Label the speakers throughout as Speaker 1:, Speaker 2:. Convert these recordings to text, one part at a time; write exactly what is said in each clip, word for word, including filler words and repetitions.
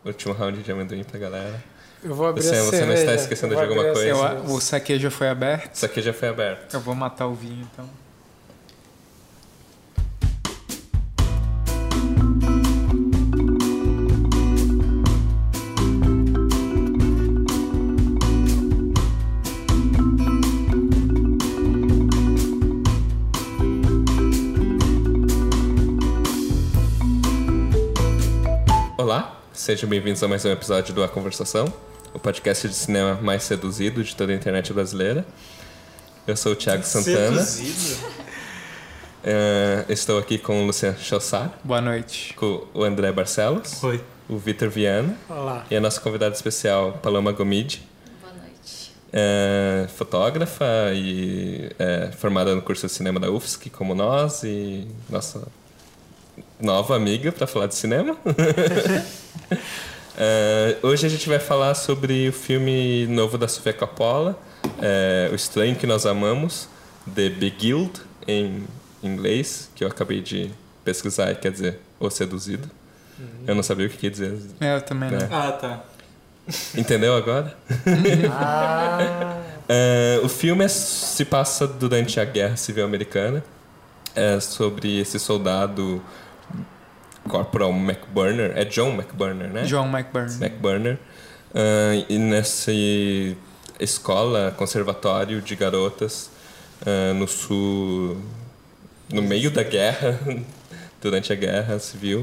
Speaker 1: último round de amendoim pra galera.
Speaker 2: Eu vou abrir
Speaker 1: você,
Speaker 2: a
Speaker 1: você
Speaker 2: cerveja.
Speaker 1: não está esquecendo de alguma coisa?
Speaker 2: Eu,
Speaker 3: o saque já foi aberto?
Speaker 1: O saque já foi aberto.
Speaker 3: Eu vou matar o vinho, então.
Speaker 1: Olá, sejam bem-vindos a mais um episódio do A Conversação, o podcast de cinema mais seduzido de toda a internet brasileira. Eu sou o Thiago Santana.
Speaker 2: Seduzido?
Speaker 1: Uh, estou aqui com o Luciano Chossar.
Speaker 3: Boa noite.
Speaker 1: Com o André Barcelos.
Speaker 2: Oi.
Speaker 1: O Vitor Viana.
Speaker 2: Olá.
Speaker 1: E a nossa convidada especial, Paloma Gomide.
Speaker 4: Boa noite.
Speaker 1: Uh, fotógrafa e uh, formada no curso de cinema da U F S C, como nós, e nossa nova amiga para falar de cinema. uh, hoje a gente vai falar sobre o filme novo da Sofia Coppola, uh, O Estranho que Nós Amamos, The Beguiled, em inglês, que eu acabei de pesquisar e quer dizer O Seduzido. Uhum. Eu não sabia o que quer dizer.
Speaker 3: É, eu também não.
Speaker 1: É.
Speaker 2: Ah, tá.
Speaker 1: Entendeu agora?
Speaker 2: Ah.
Speaker 1: uh, o filme é, se passa durante a Guerra Civil Americana. É sobre esse soldado Corporal McBurner. É John McBurner, né?
Speaker 3: John McBurner.
Speaker 1: McBurner. Uh, e nessa escola, conservatório de garotas uh, no sul, no meio da guerra, durante a Guerra Civil,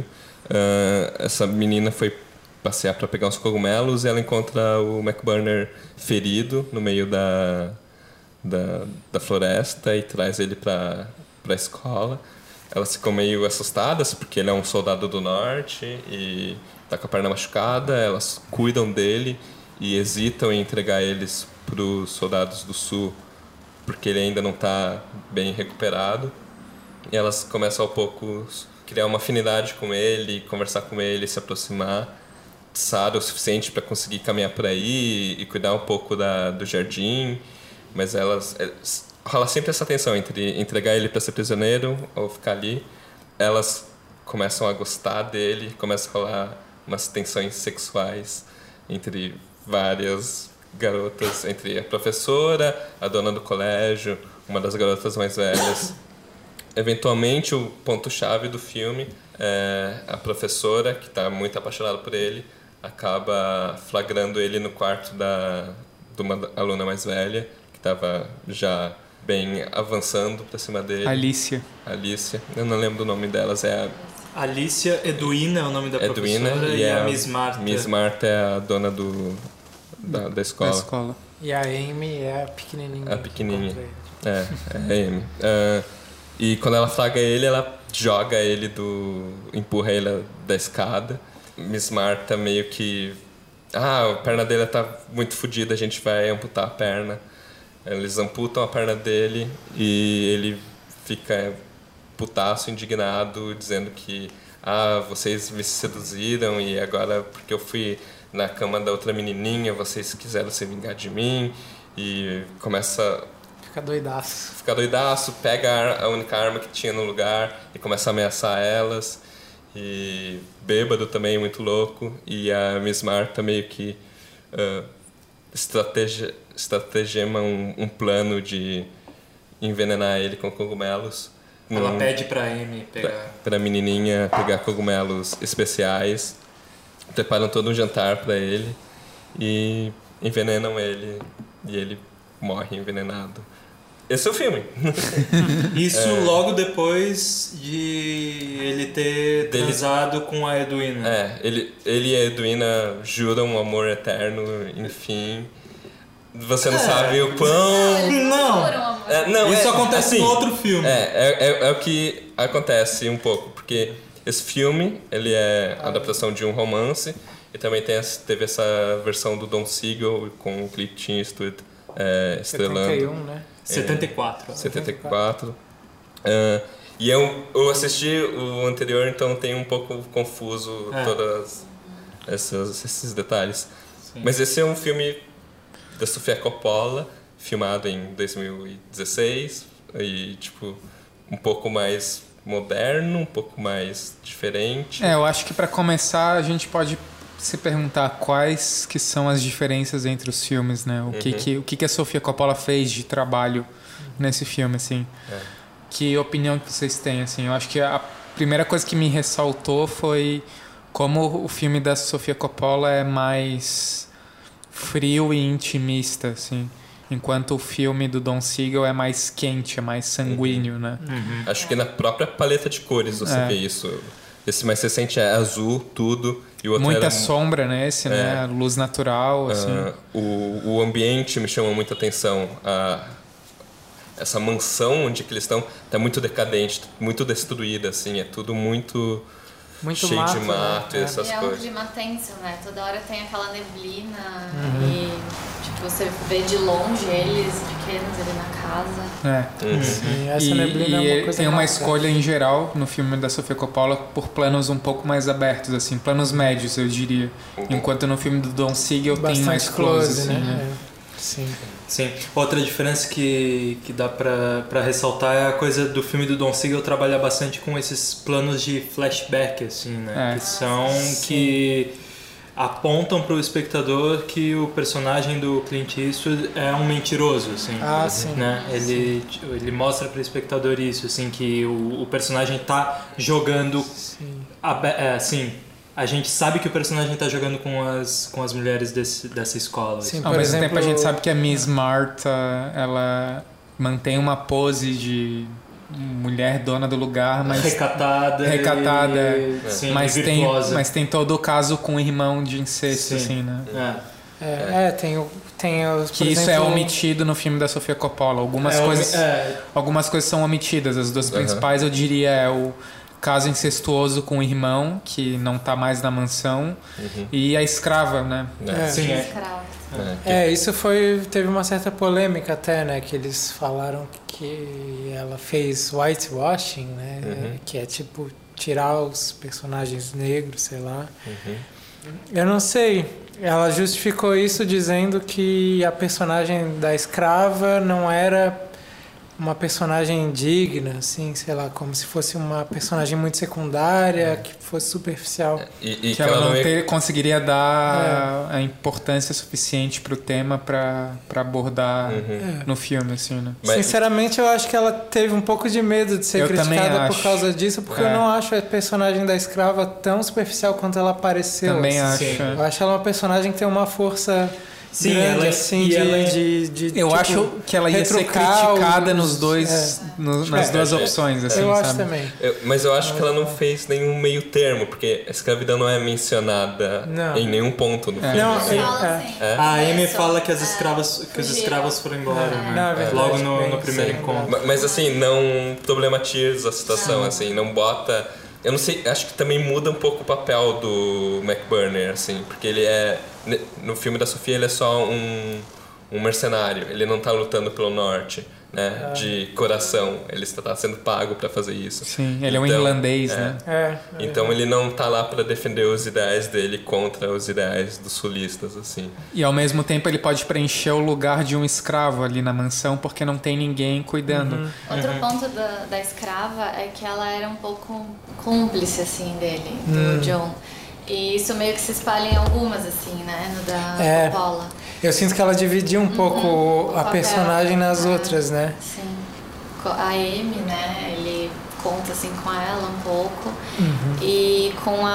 Speaker 1: uh, essa menina foi passear para pegar uns cogumelos e ela encontra o McBurner ferido no meio da, da, da floresta e traz ele para a escola. Elas ficam meio assustadas porque ele é um soldado do norte e tá com a perna machucada. Elas cuidam dele e hesitam em entregar eles para os soldados do sul porque ele ainda não está bem recuperado. E elas começam ao pouco a criar uma afinidade com ele, conversar com ele, se aproximar. Sara o suficiente para conseguir caminhar por aí e cuidar um pouco da, do jardim, mas elas... rola sempre essa tensão entre entregar ele para ser prisioneiro ou ficar ali. Elas começam a gostar dele, começam a rolar umas tensões sexuais entre várias garotas, entre a professora, a dona do colégio, uma das garotas mais velhas. Eventualmente, o ponto-chave do filme é a professora, que está muito apaixonada por ele, acaba flagrando ele no quarto da, de uma aluna mais velha, que estava já bem avançando para cima dele.
Speaker 3: Alicia.
Speaker 1: Alicia. Eu não lembro o nome delas. É
Speaker 2: a Alicia Edwina é o nome da
Speaker 1: Edwina,
Speaker 2: professora
Speaker 1: e,
Speaker 2: e
Speaker 1: é
Speaker 2: a Miss Martha.
Speaker 1: Miss Martha é a dona do, da, da escola.
Speaker 3: Da escola.
Speaker 5: E a Amy é a pequenininha.
Speaker 1: A pequenininha. É, é a Amy. Uh, e quando ela flagra ele, ela joga ele do... empurra ele da escada. Miss Martha meio que... Ah, a perna dele tá muito fodida, a gente vai amputar a perna. Eles amputam a perna dele e ele fica putaço, indignado, dizendo que ah, vocês me seduziram e agora porque eu fui na cama da outra menininha, vocês quiseram se vingar de mim. E começa...
Speaker 5: Fica doidaço.
Speaker 1: Fica doidaço, pega a única arma que tinha no lugar e começa a ameaçar elas. E bêbado também, muito louco. E a Miss Martha meio que uh, estratégia, estratagema um, um plano de envenenar ele com cogumelos.
Speaker 2: Ela
Speaker 1: num,
Speaker 2: pede pra Amy pegar...
Speaker 1: Pra, pra menininha pegar cogumelos especiais. Preparam todo um jantar pra ele e envenenam ele. E ele morre envenenado. Esse é o filme.
Speaker 2: Isso
Speaker 1: é.
Speaker 2: Logo depois de ele ter
Speaker 1: Dele...
Speaker 2: transado com a Edwina.
Speaker 1: É, ele, ele e a Edwina juram um amor eterno, enfim. Você não é. sabe o quão...
Speaker 2: Não,
Speaker 1: é, não
Speaker 2: isso
Speaker 1: é,
Speaker 2: acontece
Speaker 1: assim,
Speaker 2: no outro filme.
Speaker 1: É, é, é, é o que acontece um pouco, porque esse filme, ele é a adaptação de um romance e também tem, teve essa versão do Don Siegel com o Clint Eastwood é, estrelando.
Speaker 5: setenta e um, né?
Speaker 2: setenta e quatro.
Speaker 1: setenta e quatro. Uh, e eu, eu assisti o anterior, então tem um pouco confuso é. todas essas, esses detalhes. Sim. Mas esse é um filme da Sofia Coppola, filmado em dois mil e dezesseis e tipo um pouco mais moderno, um pouco mais diferente.
Speaker 3: É, eu acho que para começar a gente pode se perguntar quais que são as diferenças entre os filmes, né? O, que,
Speaker 1: Uhum.
Speaker 3: que, o que, que a Sofia Coppola fez de trabalho nesse filme, assim.
Speaker 1: É.
Speaker 3: Que opinião que vocês têm, assim? Eu acho que a primeira coisa que me ressaltou foi como o filme da Sofia Coppola é mais frio e intimista, assim. Enquanto o filme do Don Siegel é mais quente, é mais sanguíneo, né?
Speaker 2: Uhum.
Speaker 1: Acho que na própria paleta de cores você
Speaker 3: É.
Speaker 1: vê isso. Esse mais recente é azul, tudo, e o outro
Speaker 3: Muita
Speaker 1: era,
Speaker 3: sombra nesse, né? Luz natural, assim.
Speaker 1: ah, o, o ambiente me chama muita atenção. A, essa mansão onde que eles estão tá muito decadente, muito destruída, assim. É tudo muito,
Speaker 5: Muito
Speaker 1: cheio
Speaker 5: mato,
Speaker 1: de mato
Speaker 5: né?
Speaker 1: e essas
Speaker 4: E é um
Speaker 1: coisas.
Speaker 4: clima tenso, né? Toda hora tem aquela neblina e tipo, você vê de longe eles pequenos ali na casa.
Speaker 3: É.
Speaker 1: Uhum.
Speaker 5: Sim, essa
Speaker 3: E,
Speaker 5: neblina
Speaker 3: e
Speaker 5: é uma coisa
Speaker 3: tem uma
Speaker 5: marcante.
Speaker 3: escolha em geral no filme da Sofia Coppola por planos um pouco mais abertos, assim, planos médios, eu diria. Enquanto no filme do Don Siegel tem
Speaker 5: Bastante
Speaker 3: mais close,
Speaker 5: close,
Speaker 3: assim,
Speaker 5: né?
Speaker 3: né?
Speaker 5: É. Sim.
Speaker 2: Sim. Outra diferença que, que dá pra, pra ressaltar é a coisa do filme do Don Siegel trabalhar bastante com esses planos de flashback, assim, né?
Speaker 3: É.
Speaker 2: Que são que apontam pro espectador que o personagem do Clint Eastwood é um mentiroso, assim.
Speaker 5: Ah, sim.
Speaker 2: Né? Ele, ele mostra pro espectador isso, assim, que o, o personagem tá jogando
Speaker 5: Sim.
Speaker 2: abe- é, assim, a gente sabe que o personagem tá jogando com as, com as mulheres desse, dessa escola.
Speaker 5: Sim.
Speaker 2: assim.
Speaker 3: Ao
Speaker 5: Por
Speaker 3: mesmo
Speaker 5: exemplo-
Speaker 3: tempo a gente sabe que a Miss Martha, ela mantém uma pose de mulher dona do lugar, mas,
Speaker 2: Recatada.
Speaker 3: recatada,
Speaker 2: e,
Speaker 1: é.
Speaker 2: sim,
Speaker 3: mas,
Speaker 2: e
Speaker 3: tem,
Speaker 2: virtuosa.
Speaker 3: mas tem todo o caso com o irmão de incesto,
Speaker 2: Sim.
Speaker 3: assim, né?
Speaker 2: É.
Speaker 5: É, é, tem, o- tem os.
Speaker 3: Que
Speaker 5: por
Speaker 3: isso é
Speaker 5: exemplo,
Speaker 3: omitido no filme da Sofia Coppola. Algumas,
Speaker 2: É,
Speaker 3: coisas,
Speaker 2: é,
Speaker 3: algumas coisas são omitidas. As duas
Speaker 1: Aham.
Speaker 3: principais, eu diria, é o caso incestuoso com o irmão, que não tá mais na mansão,
Speaker 1: Uhum.
Speaker 3: e a escrava, né?
Speaker 1: É.
Speaker 5: É.
Speaker 2: sim, é.
Speaker 4: Escravos.
Speaker 1: É.
Speaker 5: É, isso foi. Teve uma certa polêmica até, né? Que eles falaram que ela fez whitewashing, né?
Speaker 1: Uhum.
Speaker 5: Que é tipo tirar os personagens negros, sei lá.
Speaker 1: Uhum.
Speaker 5: Eu não sei. Ela justificou isso dizendo que a personagem da escrava não era uma personagem digna, assim, sei lá, como se fosse uma personagem muito secundária, que fosse superficial.
Speaker 1: E, e
Speaker 3: Que ela não
Speaker 1: é-
Speaker 3: ter- conseguiria dar a importância suficiente pro tema pra pra abordar
Speaker 1: Uhum.
Speaker 3: no filme, assim, né?
Speaker 1: Mas-
Speaker 5: Sinceramente, eu acho que ela teve um pouco de medo de ser
Speaker 3: Eu também
Speaker 5: criticada por
Speaker 3: acho.
Speaker 5: causa disso, porque
Speaker 3: É.
Speaker 5: eu não acho a personagem da escrava tão superficial quanto ela apareceu.
Speaker 3: Também
Speaker 5: assim.
Speaker 3: acho.
Speaker 5: Eu acho ela uma personagem que tem uma força
Speaker 2: Sim,
Speaker 5: grande,
Speaker 2: ela é-
Speaker 5: assim,
Speaker 2: e
Speaker 5: de,
Speaker 2: ela é-
Speaker 5: de, de,
Speaker 3: Eu
Speaker 5: tipo,
Speaker 3: acho que ela ia ser
Speaker 5: retrucar
Speaker 3: criticada
Speaker 5: os-
Speaker 3: nos dois, no- nas
Speaker 5: É,
Speaker 3: duas
Speaker 1: é,
Speaker 3: opções, assim,
Speaker 5: eu
Speaker 3: sabe?
Speaker 5: acho também.
Speaker 1: Eu- mas eu acho que ela não fez nenhum meio termo, porque a escravidão não é mencionada
Speaker 5: Não.
Speaker 1: em nenhum ponto no
Speaker 3: É.
Speaker 1: filme.
Speaker 5: Não,
Speaker 1: né?
Speaker 4: Eles
Speaker 5: é-
Speaker 4: falam
Speaker 5: é.
Speaker 4: assim.
Speaker 1: É?
Speaker 2: A Amy
Speaker 4: Isso,
Speaker 2: fala que as
Speaker 4: é,
Speaker 2: escravas, que os
Speaker 4: fugiram.
Speaker 2: escravos foram embora,
Speaker 5: Não,
Speaker 2: né?
Speaker 5: é verdade,
Speaker 2: Logo no,
Speaker 5: bem,
Speaker 2: no primeiro
Speaker 5: sim.
Speaker 2: encontro.
Speaker 1: Ma- Mas assim, não problematiza a situação, assim, não bota... Eu não sei, acho que também muda um pouco o papel do McBurner, assim, porque ele é... No filme da Sofia ele é só um, um mercenário, ele não tá lutando pelo norte, né, de coração, ele está sendo pago para fazer isso.
Speaker 3: Sim, ele é um
Speaker 1: Então,
Speaker 3: irlandês,
Speaker 1: é.
Speaker 3: né?
Speaker 5: É, é.
Speaker 1: Então ele não tá lá para defender os ideais dele contra os ideais dos sulistas, assim.
Speaker 3: E ao mesmo tempo ele pode preencher o lugar de um escravo ali na mansão porque não tem ninguém cuidando.
Speaker 5: Uhum.
Speaker 4: Outro ponto da, da escrava é que ela era um pouco cúmplice, assim, dele, do
Speaker 5: Hum.
Speaker 4: John. E isso meio que se espalha em algumas, assim, né, no da
Speaker 5: É.
Speaker 4: Coppola.
Speaker 5: Eu sinto que ela dividia um pouco
Speaker 4: o
Speaker 5: a
Speaker 4: papel.
Speaker 5: personagem nas
Speaker 4: Ah.
Speaker 5: outras, né?
Speaker 4: Sim. Co- A Amy, né, ele conta, assim, com ela um pouco.
Speaker 5: Uhum.
Speaker 4: E com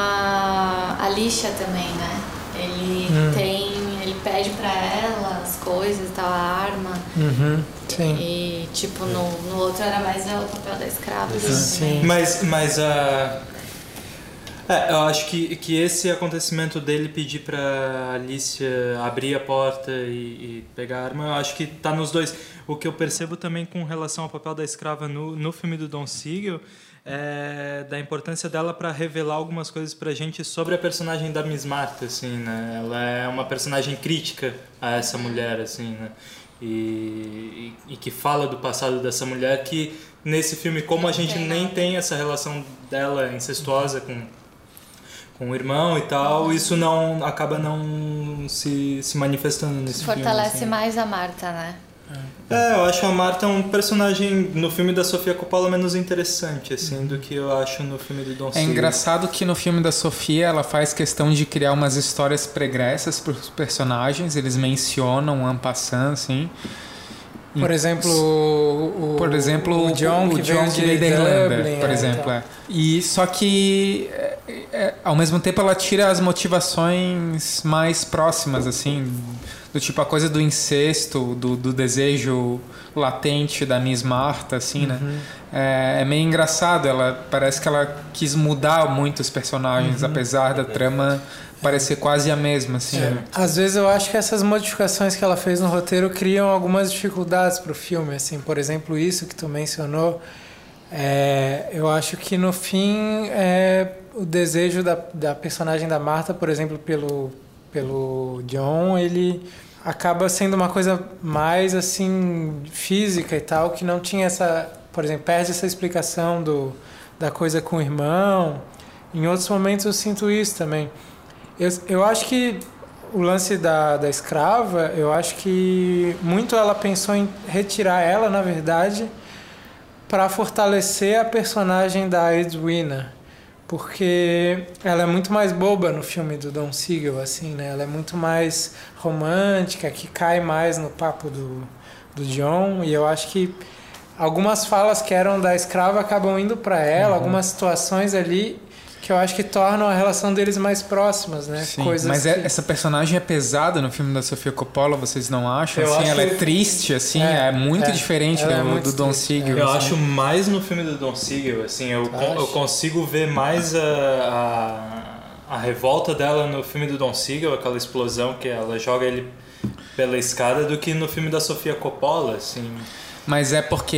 Speaker 4: a Alicia também, né? Ele
Speaker 5: Hum.
Speaker 4: tem... Ele pede pra ela as coisas e tal, a arma.
Speaker 5: Uhum. Sim.
Speaker 4: E, tipo, no, no outro era mais o papel da escrava. assim,
Speaker 5: Sim.
Speaker 4: também.
Speaker 2: Mas, mas a... É, eu acho que, que esse acontecimento dele pedir pra Alicia abrir a porta e, e pegar a arma, eu acho que tá nos dois. O que eu percebo também com relação ao papel da escrava no, no filme do Don Siegel é da importância dela para revelar algumas coisas pra gente sobre a personagem da Miss Martha, assim, né? Ela é uma personagem crítica a essa mulher, assim, né? E, e, e que fala do passado dessa mulher que nesse filme, como a gente
Speaker 4: Tem
Speaker 2: nem
Speaker 4: nada.
Speaker 2: tem essa relação dela incestuosa com com o irmão e tal, isso não acaba não se, se manifestando nesse
Speaker 4: Fortalece
Speaker 2: filme.
Speaker 4: mais a Marta, né?
Speaker 2: É, eu acho a Marta um personagem no filme da Sofia Coppola menos interessante, assim, do que eu acho no filme do Don
Speaker 3: É
Speaker 2: Siegel.
Speaker 3: engraçado que no filme da Sofia ela faz questão de criar umas histórias pregressas para os personagens, eles mencionam en passant, assim.
Speaker 5: Por exemplo, o,
Speaker 3: por exemplo,
Speaker 5: o John,
Speaker 3: o,
Speaker 5: que,
Speaker 3: o John
Speaker 5: veio
Speaker 3: que
Speaker 5: de
Speaker 3: veio da Irlanda,
Speaker 5: Dublin,
Speaker 3: por
Speaker 5: é,
Speaker 3: exemplo.
Speaker 5: então.
Speaker 3: É. E só que é, é, ao mesmo tempo ela tira as motivações mais próximas, assim, do tipo a coisa do incesto, do, do desejo latente da Miss Martha, assim, né?
Speaker 5: Uhum.
Speaker 3: É, é meio engraçado. Ela parece que ela quis mudar muito os personagens,
Speaker 5: Uhum.
Speaker 3: apesar da trama parecer quase a mesma, assim.
Speaker 5: É.
Speaker 3: Né?
Speaker 5: Às vezes eu acho que essas modificações que ela fez no roteiro criam algumas dificuldades para o filme, assim, por exemplo, isso que tu mencionou, é, eu acho que no fim é, o desejo da, da personagem da Martha, por exemplo, pelo, pelo John, ele acaba sendo uma coisa mais assim física e tal, que não tinha essa, por exemplo, perde essa explicação do, da coisa com o irmão. Em outros momentos eu sinto isso também. Eu, eu acho que o lance da, da escrava, eu acho que muito ela pensou em retirar ela, na verdade, para fortalecer a personagem da Edwina, porque ela é muito mais boba no filme do Don Siegel, assim, né? Ela é muito mais romântica, que cai mais no papo do, do John, e eu acho que algumas falas que eram da escrava acabam indo para ela, uhum. algumas situações ali que eu acho que tornam a relação deles mais próximas, né?
Speaker 3: Sim,
Speaker 5: Coisas
Speaker 3: mas
Speaker 5: que...
Speaker 3: é, essa personagem é pesada no filme da Sofia Coppola, vocês não acham?
Speaker 2: Eu
Speaker 3: Assim,
Speaker 2: acho
Speaker 3: ela
Speaker 2: que...
Speaker 3: é triste, assim, é, é muito
Speaker 5: é,
Speaker 3: diferente do,
Speaker 5: é muito
Speaker 3: do Don
Speaker 5: triste,
Speaker 3: Siegel.
Speaker 2: Eu
Speaker 3: assim.
Speaker 2: acho mais no filme do Don Siegel, assim, eu, con- eu consigo ver mais a, a, a revolta dela no filme do Don Siegel, aquela explosão que ela joga ele pela escada, do que no filme da Sofia Coppola, assim.
Speaker 3: Mas é porque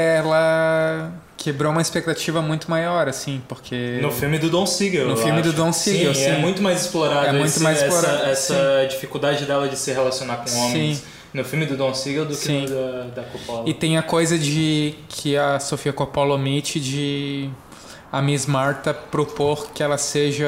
Speaker 3: ela quebrou uma expectativa muito maior, assim, porque...
Speaker 2: No filme do Don Siegel,
Speaker 3: No filme
Speaker 2: acho.
Speaker 3: do Don Siegel,
Speaker 2: sim.
Speaker 3: sim.
Speaker 2: É muito mais explorado,
Speaker 3: É muito
Speaker 2: esse,
Speaker 3: mais
Speaker 2: essa,
Speaker 3: explorado,
Speaker 2: essa dificuldade dela de se relacionar com homens.
Speaker 3: Sim.
Speaker 2: No filme do Don Siegel do que
Speaker 3: Sim.
Speaker 2: no da, da Coppola.
Speaker 3: E tem a coisa de que a Sofia Coppola omite de a Miss Martha propor que ela seja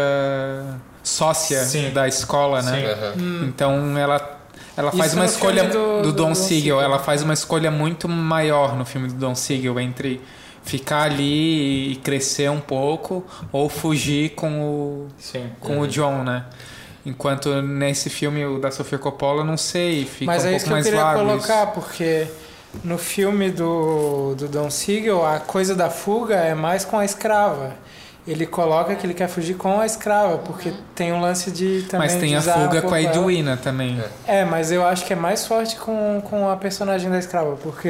Speaker 3: sócia
Speaker 2: Sim.
Speaker 3: da escola, né?
Speaker 1: Sim.
Speaker 5: Hum.
Speaker 3: Então ela ela faz
Speaker 5: Isso
Speaker 3: uma
Speaker 5: no
Speaker 3: escolha
Speaker 5: filme do-
Speaker 3: do,
Speaker 5: do
Speaker 3: Don
Speaker 5: Don
Speaker 3: Siegel,
Speaker 5: Siegel.
Speaker 3: ela faz uma escolha muito maior no filme do Don Siegel entre ficar ali e crescer um pouco ou fugir com o
Speaker 2: Sim.
Speaker 3: com o John, né? Enquanto nesse filme o da Sofia Coppola, não sei, fica
Speaker 5: Mas
Speaker 3: um
Speaker 5: é
Speaker 3: pouco
Speaker 5: isso que eu
Speaker 3: mais
Speaker 5: queria
Speaker 3: vago
Speaker 5: colocar,
Speaker 3: isso.
Speaker 5: porque no filme do, do Don Siegel, a coisa da fuga é mais com a escrava. Ele coloca que ele quer fugir com a escrava, porque tem um lance de também
Speaker 3: Mas tem
Speaker 5: de
Speaker 3: a
Speaker 5: usar um
Speaker 3: fuga
Speaker 5: pouco
Speaker 3: com a
Speaker 5: ela.
Speaker 3: Edwina também.
Speaker 5: É, mas eu acho que é mais forte com, com a personagem da escrava, porque...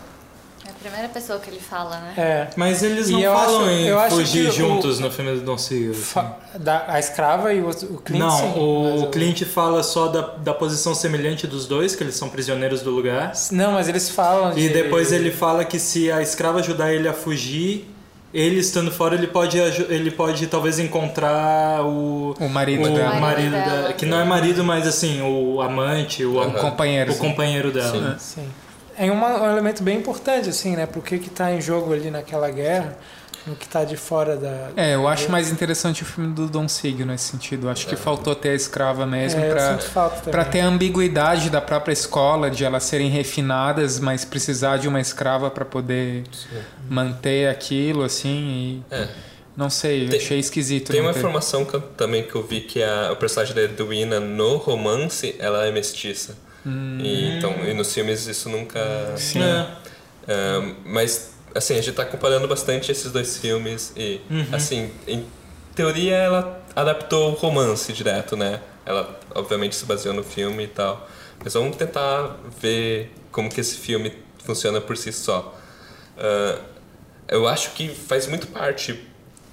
Speaker 4: É a primeira pessoa que ele fala, né?
Speaker 5: É,
Speaker 2: Mas eles
Speaker 5: E
Speaker 2: não
Speaker 5: eu
Speaker 2: falam
Speaker 5: acho-
Speaker 2: em
Speaker 5: eu acho
Speaker 2: fugir
Speaker 5: que o-
Speaker 2: juntos no filme do Don Siegel. assim.
Speaker 5: fa- da, a escrava e o, o Clint,
Speaker 2: Não,
Speaker 5: sim,
Speaker 2: o
Speaker 5: mas
Speaker 2: Clint fala só da, da posição semelhante dos dois, que eles são prisioneiros do lugar.
Speaker 5: Não, mas eles falam
Speaker 2: E
Speaker 5: de...
Speaker 2: depois ele fala que se a escrava ajudar ele a fugir, ele estando fora, ele pode, aju- ele pode talvez encontrar o,
Speaker 3: O marido
Speaker 2: o
Speaker 3: dela.
Speaker 2: marido
Speaker 4: Marido
Speaker 2: dela.
Speaker 4: dela.
Speaker 2: Que não é marido, mas assim, o amante, o,
Speaker 3: O companheiro.
Speaker 2: o companheiro dela.
Speaker 1: Sim.
Speaker 2: né?
Speaker 5: Sim. É uma- um elemento bem importante, assim, né? Porque que tá em jogo ali naquela guerra, no que tá de fora da...
Speaker 3: É, eu acho mais interessante o filme do Don Siegel nesse sentido. Acho que faltou ter a escrava mesmo
Speaker 5: É, eu
Speaker 3: pra,
Speaker 5: sinto falta também.
Speaker 3: pra ter a ambiguidade da própria escola, de elas serem refinadas, mas precisar de uma escrava pra poder manter aquilo, assim, e...
Speaker 1: É.
Speaker 3: Não sei, eu
Speaker 1: Tem-
Speaker 3: achei esquisito.
Speaker 1: Tem
Speaker 3: não
Speaker 1: uma
Speaker 3: ter-
Speaker 1: informação que eu- também que eu vi que a, o personagem da Edwina no romance, ela é mestiça. E, então, e nos filmes isso nunca...
Speaker 3: Sim.
Speaker 2: É.
Speaker 1: É, mas, assim, a gente tá comparando bastante esses dois filmes e, assim, em teoria ela adaptou o romance direto, né? Ela, obviamente, se baseou no filme e tal. Mas vamos tentar ver como que esse filme funciona por si só. Ah, eu acho que faz muito parte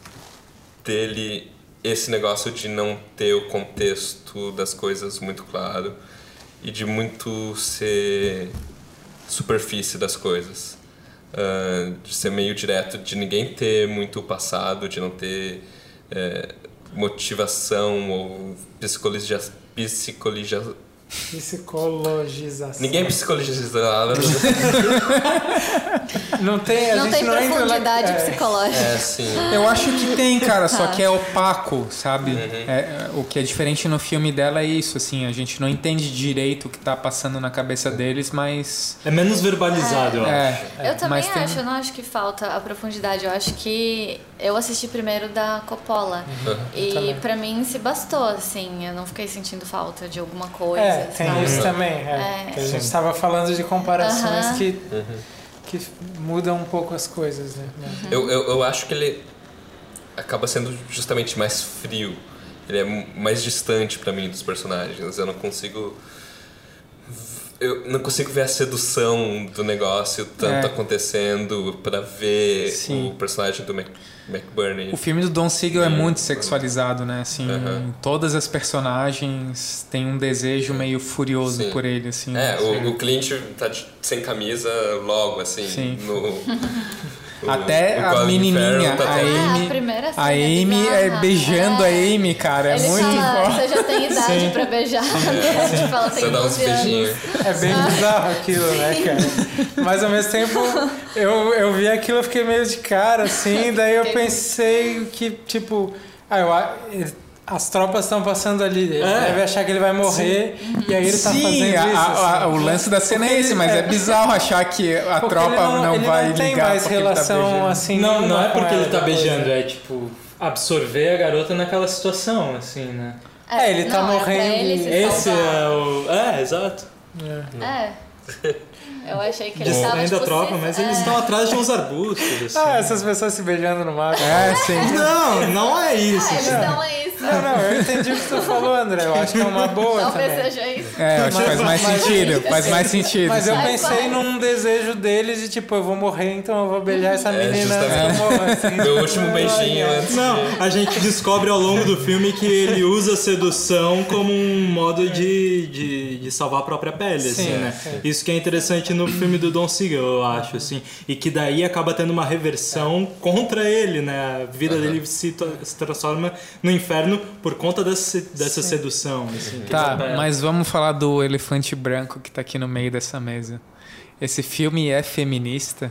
Speaker 1: dele esse negócio de não ter o contexto das coisas muito claro e de muito ser superfície das coisas. Uh, de ser meio direto, de ninguém ter muito passado, de não ter é, motivação ou psicologia, psicologia,
Speaker 5: Psicologização.
Speaker 1: Ninguém é psicologizado.
Speaker 5: Não tem, a
Speaker 4: Não
Speaker 5: gente
Speaker 4: tem
Speaker 5: não entra na-
Speaker 4: profundidade
Speaker 5: é.
Speaker 4: psicológica.
Speaker 1: É, sim.
Speaker 3: Eu acho que tem, cara, só
Speaker 4: Tá.
Speaker 3: que é opaco, sabe?
Speaker 1: Uhum.
Speaker 3: É, é, o que é diferente no filme dela é isso, assim, a gente não entende direito o que tá passando na cabeça deles, mas...
Speaker 2: É menos verbalizado, eu acho.
Speaker 3: É,
Speaker 4: Eu também
Speaker 3: mas tem-
Speaker 4: acho, eu não acho que falta a profundidade. Eu acho que eu assisti primeiro da Coppola. E
Speaker 5: Também.
Speaker 4: pra mim se bastou, assim. Eu não fiquei sentindo falta de alguma coisa.
Speaker 5: É, tem
Speaker 4: sabe?
Speaker 5: isso também. É.
Speaker 4: É.
Speaker 5: Que a gente estava falando de comparações
Speaker 4: Aham.
Speaker 5: que, que mudam um pouco as coisas, né?
Speaker 1: Eu, eu, eu acho que ele acaba sendo justamente mais frio. Ele é mais distante pra mim dos personagens. Eu não consigo... Eu não consigo ver a sedução do negócio tanto
Speaker 3: É.
Speaker 1: acontecendo pra ver
Speaker 3: Sim.
Speaker 1: o personagem do Mac, McBurney.
Speaker 3: O filme do Don Siegel é
Speaker 1: Sim.
Speaker 3: muito sexualizado, né? Assim,
Speaker 1: Uhum.
Speaker 3: todas as personagens têm um desejo meio furioso
Speaker 1: Sim.
Speaker 3: por ele, assim.
Speaker 1: É, o, o Clint tá de- sem camisa logo, assim,
Speaker 3: Sim.
Speaker 1: no... o-
Speaker 3: Até
Speaker 1: o
Speaker 3: a
Speaker 1: Colin
Speaker 3: menininha,
Speaker 1: Farrell tá
Speaker 3: a
Speaker 1: tendo-
Speaker 4: Ah,
Speaker 3: Amy,
Speaker 4: a primeira cena
Speaker 3: a
Speaker 4: é
Speaker 3: Amy é
Speaker 4: bizarra.
Speaker 3: beijando a
Speaker 4: É.
Speaker 3: Amy, cara, é
Speaker 4: Ele
Speaker 3: muito
Speaker 4: fala,
Speaker 3: forte.
Speaker 4: você já tem idade
Speaker 5: Sim.
Speaker 4: pra beijar, né? Tipo, ela tem
Speaker 1: Você dá uns
Speaker 4: doze anos.
Speaker 1: beijinhos.
Speaker 5: É bem bizarro aquilo, né, cara? Mas ao mesmo tempo, eu, eu vi aquilo, eu fiquei meio de cara, assim, daí eu pensei que, tipo, ah, eu, a- ele- as tropas estão passando ali, ele
Speaker 2: É.
Speaker 5: deve achar que ele vai morrer, e aí ele tá
Speaker 3: Sim,
Speaker 5: fazendo
Speaker 3: a-
Speaker 5: isso.
Speaker 3: a-
Speaker 5: assim.
Speaker 3: o lance da cena
Speaker 5: Porque
Speaker 3: é esse,
Speaker 5: ele-
Speaker 3: mas é,
Speaker 5: é.
Speaker 3: bizarro achar que a
Speaker 5: Porque
Speaker 3: tropa
Speaker 5: ele
Speaker 3: não,
Speaker 5: ele
Speaker 3: vai
Speaker 5: não tem
Speaker 3: ligar
Speaker 5: mais
Speaker 3: porque ele tá
Speaker 5: relação
Speaker 3: beijando.
Speaker 5: assim.
Speaker 2: Não, não
Speaker 5: nenhuma
Speaker 2: é porque
Speaker 5: com
Speaker 2: ele
Speaker 5: ela
Speaker 2: tá
Speaker 5: depois,
Speaker 2: beijando,
Speaker 5: né?
Speaker 2: é tipo absorver a garota naquela situação, assim, né?
Speaker 5: É, ele tá
Speaker 4: não, é pra
Speaker 5: morrendo
Speaker 4: ele se
Speaker 2: Esse
Speaker 4: salvar.
Speaker 2: é o. É, exato.
Speaker 5: É.
Speaker 4: É. Eu achei que ele estava
Speaker 2: Distraindo a
Speaker 4: tipo,
Speaker 2: tropa,
Speaker 4: se-
Speaker 2: mas
Speaker 4: é.
Speaker 2: eles estão atrás de uns arbustos, assim.
Speaker 5: Ah, essas pessoas se beijando no mar.
Speaker 3: É, sim.
Speaker 2: Não, não é isso.
Speaker 4: Ah, eles estão é isso.
Speaker 5: Não, não, eu entendi o que tu falou, André. Eu acho que é uma boa
Speaker 4: Talvez
Speaker 5: também.
Speaker 4: seja isso.
Speaker 3: É, eu acho que faz mais
Speaker 5: Mas-
Speaker 3: sentido, faz mais sentido.
Speaker 5: Mas eu
Speaker 4: Vai,
Speaker 5: pensei
Speaker 4: vai.
Speaker 5: num desejo deles de tipo, eu vou morrer, então eu vou beijar essa
Speaker 1: É,
Speaker 5: menina antes que eu
Speaker 1: justamente.
Speaker 5: morra, assim.
Speaker 1: Meu último beijinho antes.
Speaker 2: Não, a gente descobre ao longo do filme que ele usa a sedução como um modo de, de, de salvar a própria pele, assim,
Speaker 5: Sim,
Speaker 2: né?
Speaker 5: sim.
Speaker 2: Isso que é interessante no filme do Don Siegel, eu acho, assim. E que daí acaba tendo uma reversão contra ele, né? A vida dele se, to- se transforma no inferno por conta dessa, dessa sedução, assim. que
Speaker 3: Tá,
Speaker 2: ele-
Speaker 3: mas vamos falar do elefante branco que tá aqui no meio dessa mesa. Esse filme é feminista?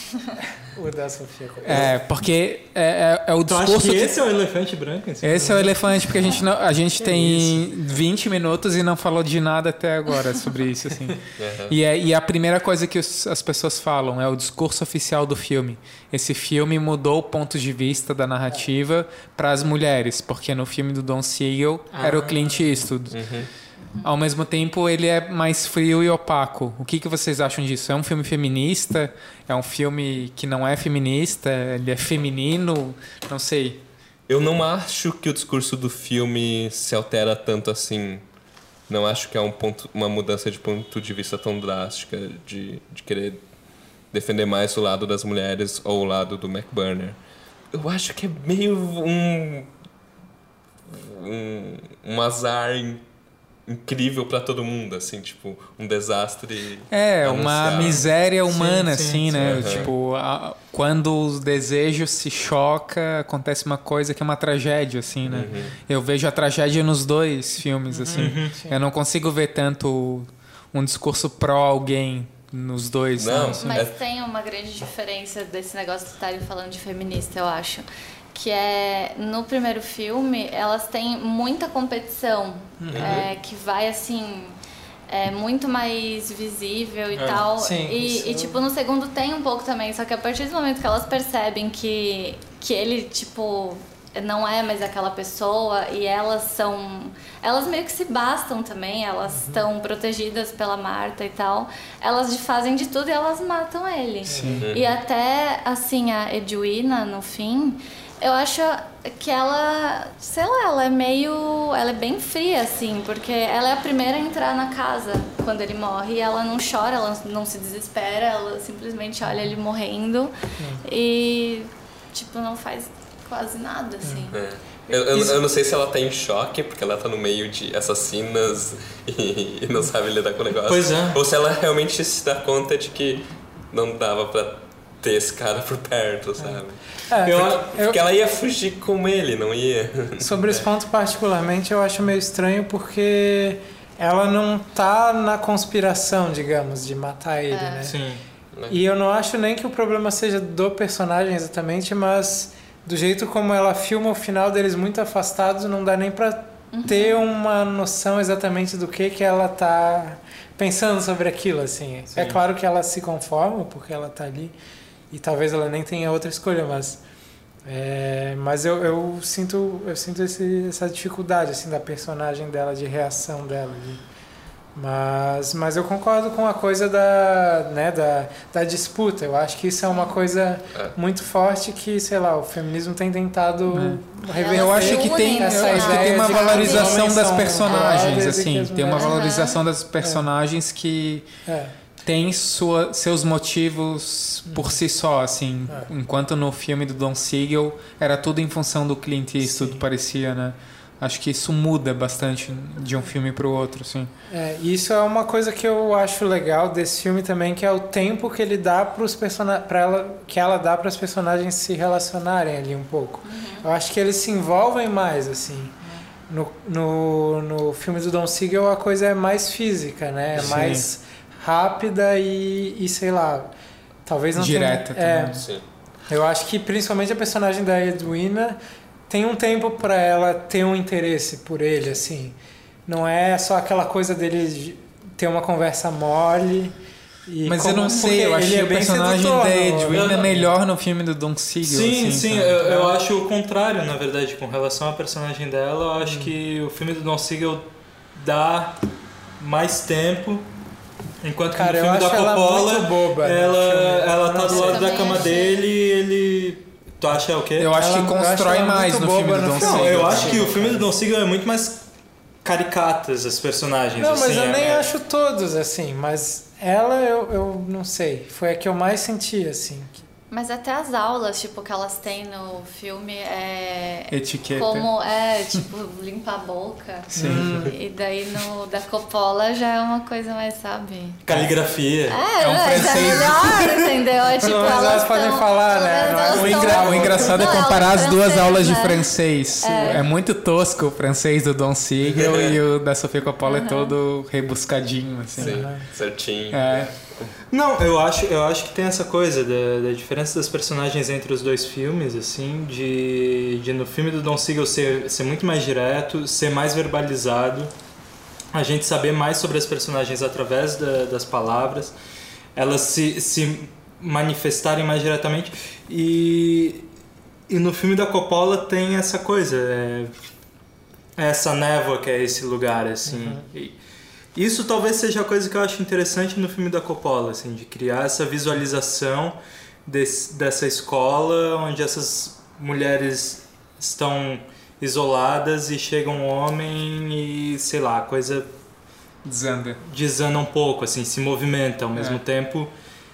Speaker 5: O da Sofia Coppola.
Speaker 3: É, porque é, é- é o
Speaker 2: Tu acha
Speaker 3: discurso
Speaker 2: que
Speaker 3: que-
Speaker 2: esse é o elefante branco? Assim?
Speaker 3: Esse é o elefante, porque a gente, não, a gente tem vinte minutos e não falou de nada até agora sobre isso, assim. E, é, e a primeira coisa que os- as pessoas falam é o discurso oficial do filme. Esse filme mudou o ponto de vista da narrativa para as mulheres, porque no filme do Don Siegel era o Clint Eastwood. Ao mesmo tempo, ele é mais frio e opaco. O que, que vocês acham disso? É um filme feminista? É um filme que não é feminista? Ele é feminino? Não sei.
Speaker 1: Eu não acho que o discurso do filme se altera tanto assim. Não acho que é um ponto, uma mudança de ponto de vista tão drástica de, de querer defender mais o lado das mulheres ou o lado do McBurner. Eu acho que é meio um um, um azar in- incrível pra todo mundo, assim, tipo, um desastre.
Speaker 3: É, uma
Speaker 1: anunciado.
Speaker 3: miséria humana,
Speaker 2: sim,
Speaker 3: assim,
Speaker 2: sim,
Speaker 3: né?
Speaker 1: sim.
Speaker 3: Tipo, a- quando o desejo se choca, acontece uma coisa que é uma tragédia, assim, né?
Speaker 1: Uhum.
Speaker 3: Eu vejo a tragédia nos dois filmes, assim. Eu não consigo ver tanto um discurso pró alguém nos dois.
Speaker 1: Não.
Speaker 3: sabe?
Speaker 4: Mas
Speaker 1: É-
Speaker 4: tem uma grande diferença desse negócio de estarem falando de feminista, eu acho. Que é, no primeiro filme, elas têm muita competição, é, que vai, assim, é muito mais visível e tal.
Speaker 5: sim, isso.
Speaker 4: E, e, tipo, no segundo tem um pouco também, só que a partir do momento que elas percebem que, que ele, tipo, não é mais aquela pessoa e elas são... Elas meio que se bastam também, elas estão protegidas pela Marta e tal. Elas de- fazem de tudo e elas matam ele. E até, assim, a Edwina, no fim... Eu acho que ela, sei lá, ela é meio... Ela é bem fria, assim, porque ela é a primeira a entrar na casa quando ele morre e ela não chora, ela não se desespera, ela simplesmente olha ele morrendo e, tipo, não faz quase nada, assim.
Speaker 1: É. Eu, eu, eu não sei se ela tá em choque, porque ela tá no meio de assassinas e, e não sabe lidar com o negócio.
Speaker 2: Pois é.
Speaker 1: Ou se ela realmente se dá conta de que não dava pra ter esse cara por perto, sabe?
Speaker 5: É,
Speaker 2: Eu-
Speaker 5: eu-
Speaker 1: Porque ela ia fugir com ele, não ia?
Speaker 5: sobre esse ponto particularmente eu acho meio estranho porque ela não tá na conspiração, digamos, de matar ele,
Speaker 4: É.
Speaker 5: né?
Speaker 2: Sim.
Speaker 5: E eu não acho nem que o problema seja do personagem exatamente, mas do jeito como ela filma o final deles muito afastados, não dá nem pra ter uma noção exatamente do que que ela tá pensando sobre aquilo, assim.
Speaker 2: Sim.
Speaker 5: É claro que ela se conforma porque ela tá ali e talvez ela nem tenha outra escolha, mas é, mas eu, eu sinto eu sinto esse, essa dificuldade assim da personagem dela, de reação dela. De, mas mas eu concordo com a coisa da, né, da, da disputa. Eu acho que isso é uma coisa
Speaker 1: É.
Speaker 5: muito forte que, sei lá, o feminismo tem tentado reverter.
Speaker 3: Eu acho que tem, eu
Speaker 5: essa
Speaker 3: acho que
Speaker 5: ideia
Speaker 3: tem uma
Speaker 5: de que
Speaker 3: valorização
Speaker 5: os homens
Speaker 3: das
Speaker 5: são
Speaker 3: personagens,
Speaker 5: brothers e que
Speaker 3: assim,
Speaker 5: as
Speaker 3: tem uma
Speaker 5: mulheres-
Speaker 3: valorização das personagens que
Speaker 5: É.
Speaker 3: tem sua, seus motivos por si só, assim,
Speaker 5: É.
Speaker 3: enquanto no filme do Don Siegel era tudo em função do Clint Eastwood,
Speaker 5: Sim.
Speaker 3: parecia, né? Acho que isso muda bastante de um filme pro outro, assim.
Speaker 5: É, e isso é uma coisa que eu acho legal desse filme também, que é o tempo que ele dá para os personagens, para ela, que ela dá para os personagens se relacionarem ali um pouco. Eu acho que eles se envolvem mais, assim. No, no, no filme do Don Siegel a coisa é mais física, né? É
Speaker 3: Sim.
Speaker 5: mais rápida e, e sei lá, talvez não
Speaker 3: Direta
Speaker 5: tenha, é,
Speaker 3: também.
Speaker 1: Sim.
Speaker 5: eu acho que principalmente a personagem da Edwina tem um tempo para ela ter um interesse por ele, assim. Não é só aquela coisa dele ter uma conversa mole. E
Speaker 3: Mas
Speaker 5: como-
Speaker 3: eu não
Speaker 5: porque
Speaker 3: sei, eu
Speaker 5: ele
Speaker 3: achei
Speaker 5: é
Speaker 3: o
Speaker 5: bem
Speaker 3: personagem
Speaker 5: sedutor
Speaker 3: da
Speaker 5: no-
Speaker 3: Edwina
Speaker 2: no-
Speaker 3: melhor no filme do Don Siegel,
Speaker 2: Sim,
Speaker 3: assim,
Speaker 2: sim,
Speaker 3: sabe?
Speaker 2: eu, eu acho o contrário, na verdade, com relação à personagem dela. Eu acho que o filme do Don Siegel dá mais tempo, enquanto que
Speaker 5: Cara, eu
Speaker 2: no filme
Speaker 5: acho
Speaker 2: da
Speaker 5: ela
Speaker 2: Coppola,
Speaker 5: muito boba. né,
Speaker 2: ela,
Speaker 5: no filme.
Speaker 2: ela
Speaker 5: Eu
Speaker 2: tá
Speaker 5: não
Speaker 2: do
Speaker 5: sei.
Speaker 2: lado da
Speaker 4: Também
Speaker 2: cama
Speaker 4: achei.
Speaker 2: dele e ele... Tu acha o quê?
Speaker 3: Eu acho
Speaker 5: Ela-
Speaker 3: que
Speaker 5: eu acho
Speaker 3: constrói
Speaker 5: ela
Speaker 3: mais
Speaker 5: muito
Speaker 3: no filme
Speaker 5: boba
Speaker 3: do
Speaker 5: no
Speaker 3: Don
Speaker 5: filme.
Speaker 2: Não,
Speaker 3: Siegel.
Speaker 2: eu acho
Speaker 5: sim.
Speaker 2: que o filme do Don Siegel é muito mais caricatas as personagens.
Speaker 5: Não, mas
Speaker 2: assim,
Speaker 5: eu
Speaker 2: é-
Speaker 5: nem
Speaker 2: é-
Speaker 5: acho todos, assim. Mas ela, eu, eu não sei. Foi a que eu mais senti, assim.
Speaker 4: Mas até as aulas, tipo, que elas têm no filme é.
Speaker 3: Etiqueta.
Speaker 4: Como é, tipo, limpar a boca.
Speaker 3: Sim.
Speaker 4: E daí no da Coppola já é uma coisa mais, sabe?
Speaker 2: Caligrafia.
Speaker 4: É,
Speaker 3: É um
Speaker 4: não,
Speaker 3: francês.
Speaker 4: já é melhor, entendeu? É tipo,
Speaker 5: Pelo menos
Speaker 4: elas
Speaker 5: elas podem
Speaker 4: tão-
Speaker 5: falar,
Speaker 4: pelo
Speaker 5: né?
Speaker 4: menos
Speaker 5: Não é
Speaker 4: elas
Speaker 3: O,
Speaker 5: um
Speaker 4: tão-
Speaker 3: engra- o engraçado é
Speaker 4: Não,
Speaker 3: comparar as duas
Speaker 4: francês,
Speaker 3: aulas de
Speaker 4: né?
Speaker 3: francês. É. muito tosco o francês do Don Siegel e o da Sofia Coppola é todo rebuscadinho, assim.
Speaker 1: Sim, certinho.
Speaker 3: É.
Speaker 2: Não, eu acho, eu acho que tem essa coisa da, da diferença das personagens entre os dois filmes, assim, de, de no filme do Don Siegel ser, ser muito mais direto, ser mais verbalizado, a gente saber mais sobre as personagens através da, das palavras, elas se, se manifestarem mais diretamente. E, e no filme da Coppola tem essa coisa, é, essa névoa que é esse lugar, assim. E, isso talvez seja a coisa que eu acho interessante no filme da Coppola, assim, de criar essa visualização desse, dessa escola onde essas mulheres estão isoladas e chega um homem e, sei lá, a coisa
Speaker 3: Desanda.
Speaker 2: desanda um pouco, assim, se movimenta. Ao mesmo
Speaker 3: É.
Speaker 2: tempo,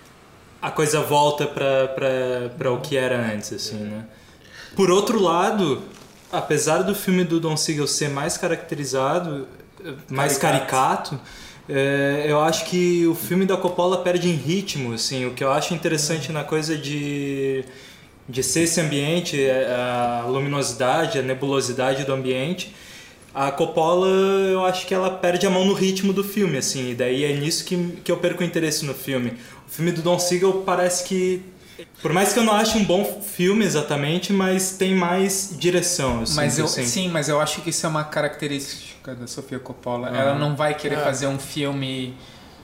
Speaker 2: a coisa volta para o que era antes, assim, né? Por outro lado, apesar do filme do Don Siegel ser mais caracterizado, mais caricato, é, eu acho que o filme da Coppola perde em ritmo, assim. O que eu acho interessante na coisa de, de ser esse ambiente, a luminosidade, a nebulosidade do ambiente, a Coppola, eu acho que ela perde a mão no ritmo do filme, assim. E daí é nisso que, que eu perco o interesse no filme. O filme do Don Siegel parece que... Por mais que eu não ache um bom filme exatamente, mas tem mais direção, eu
Speaker 3: Mas
Speaker 2: sinto,
Speaker 3: eu,
Speaker 2: assim.
Speaker 3: sim, mas eu acho que isso é uma característica da Sofia Coppola.
Speaker 2: Uhum.
Speaker 3: Ela não vai querer
Speaker 5: É.
Speaker 3: fazer um filme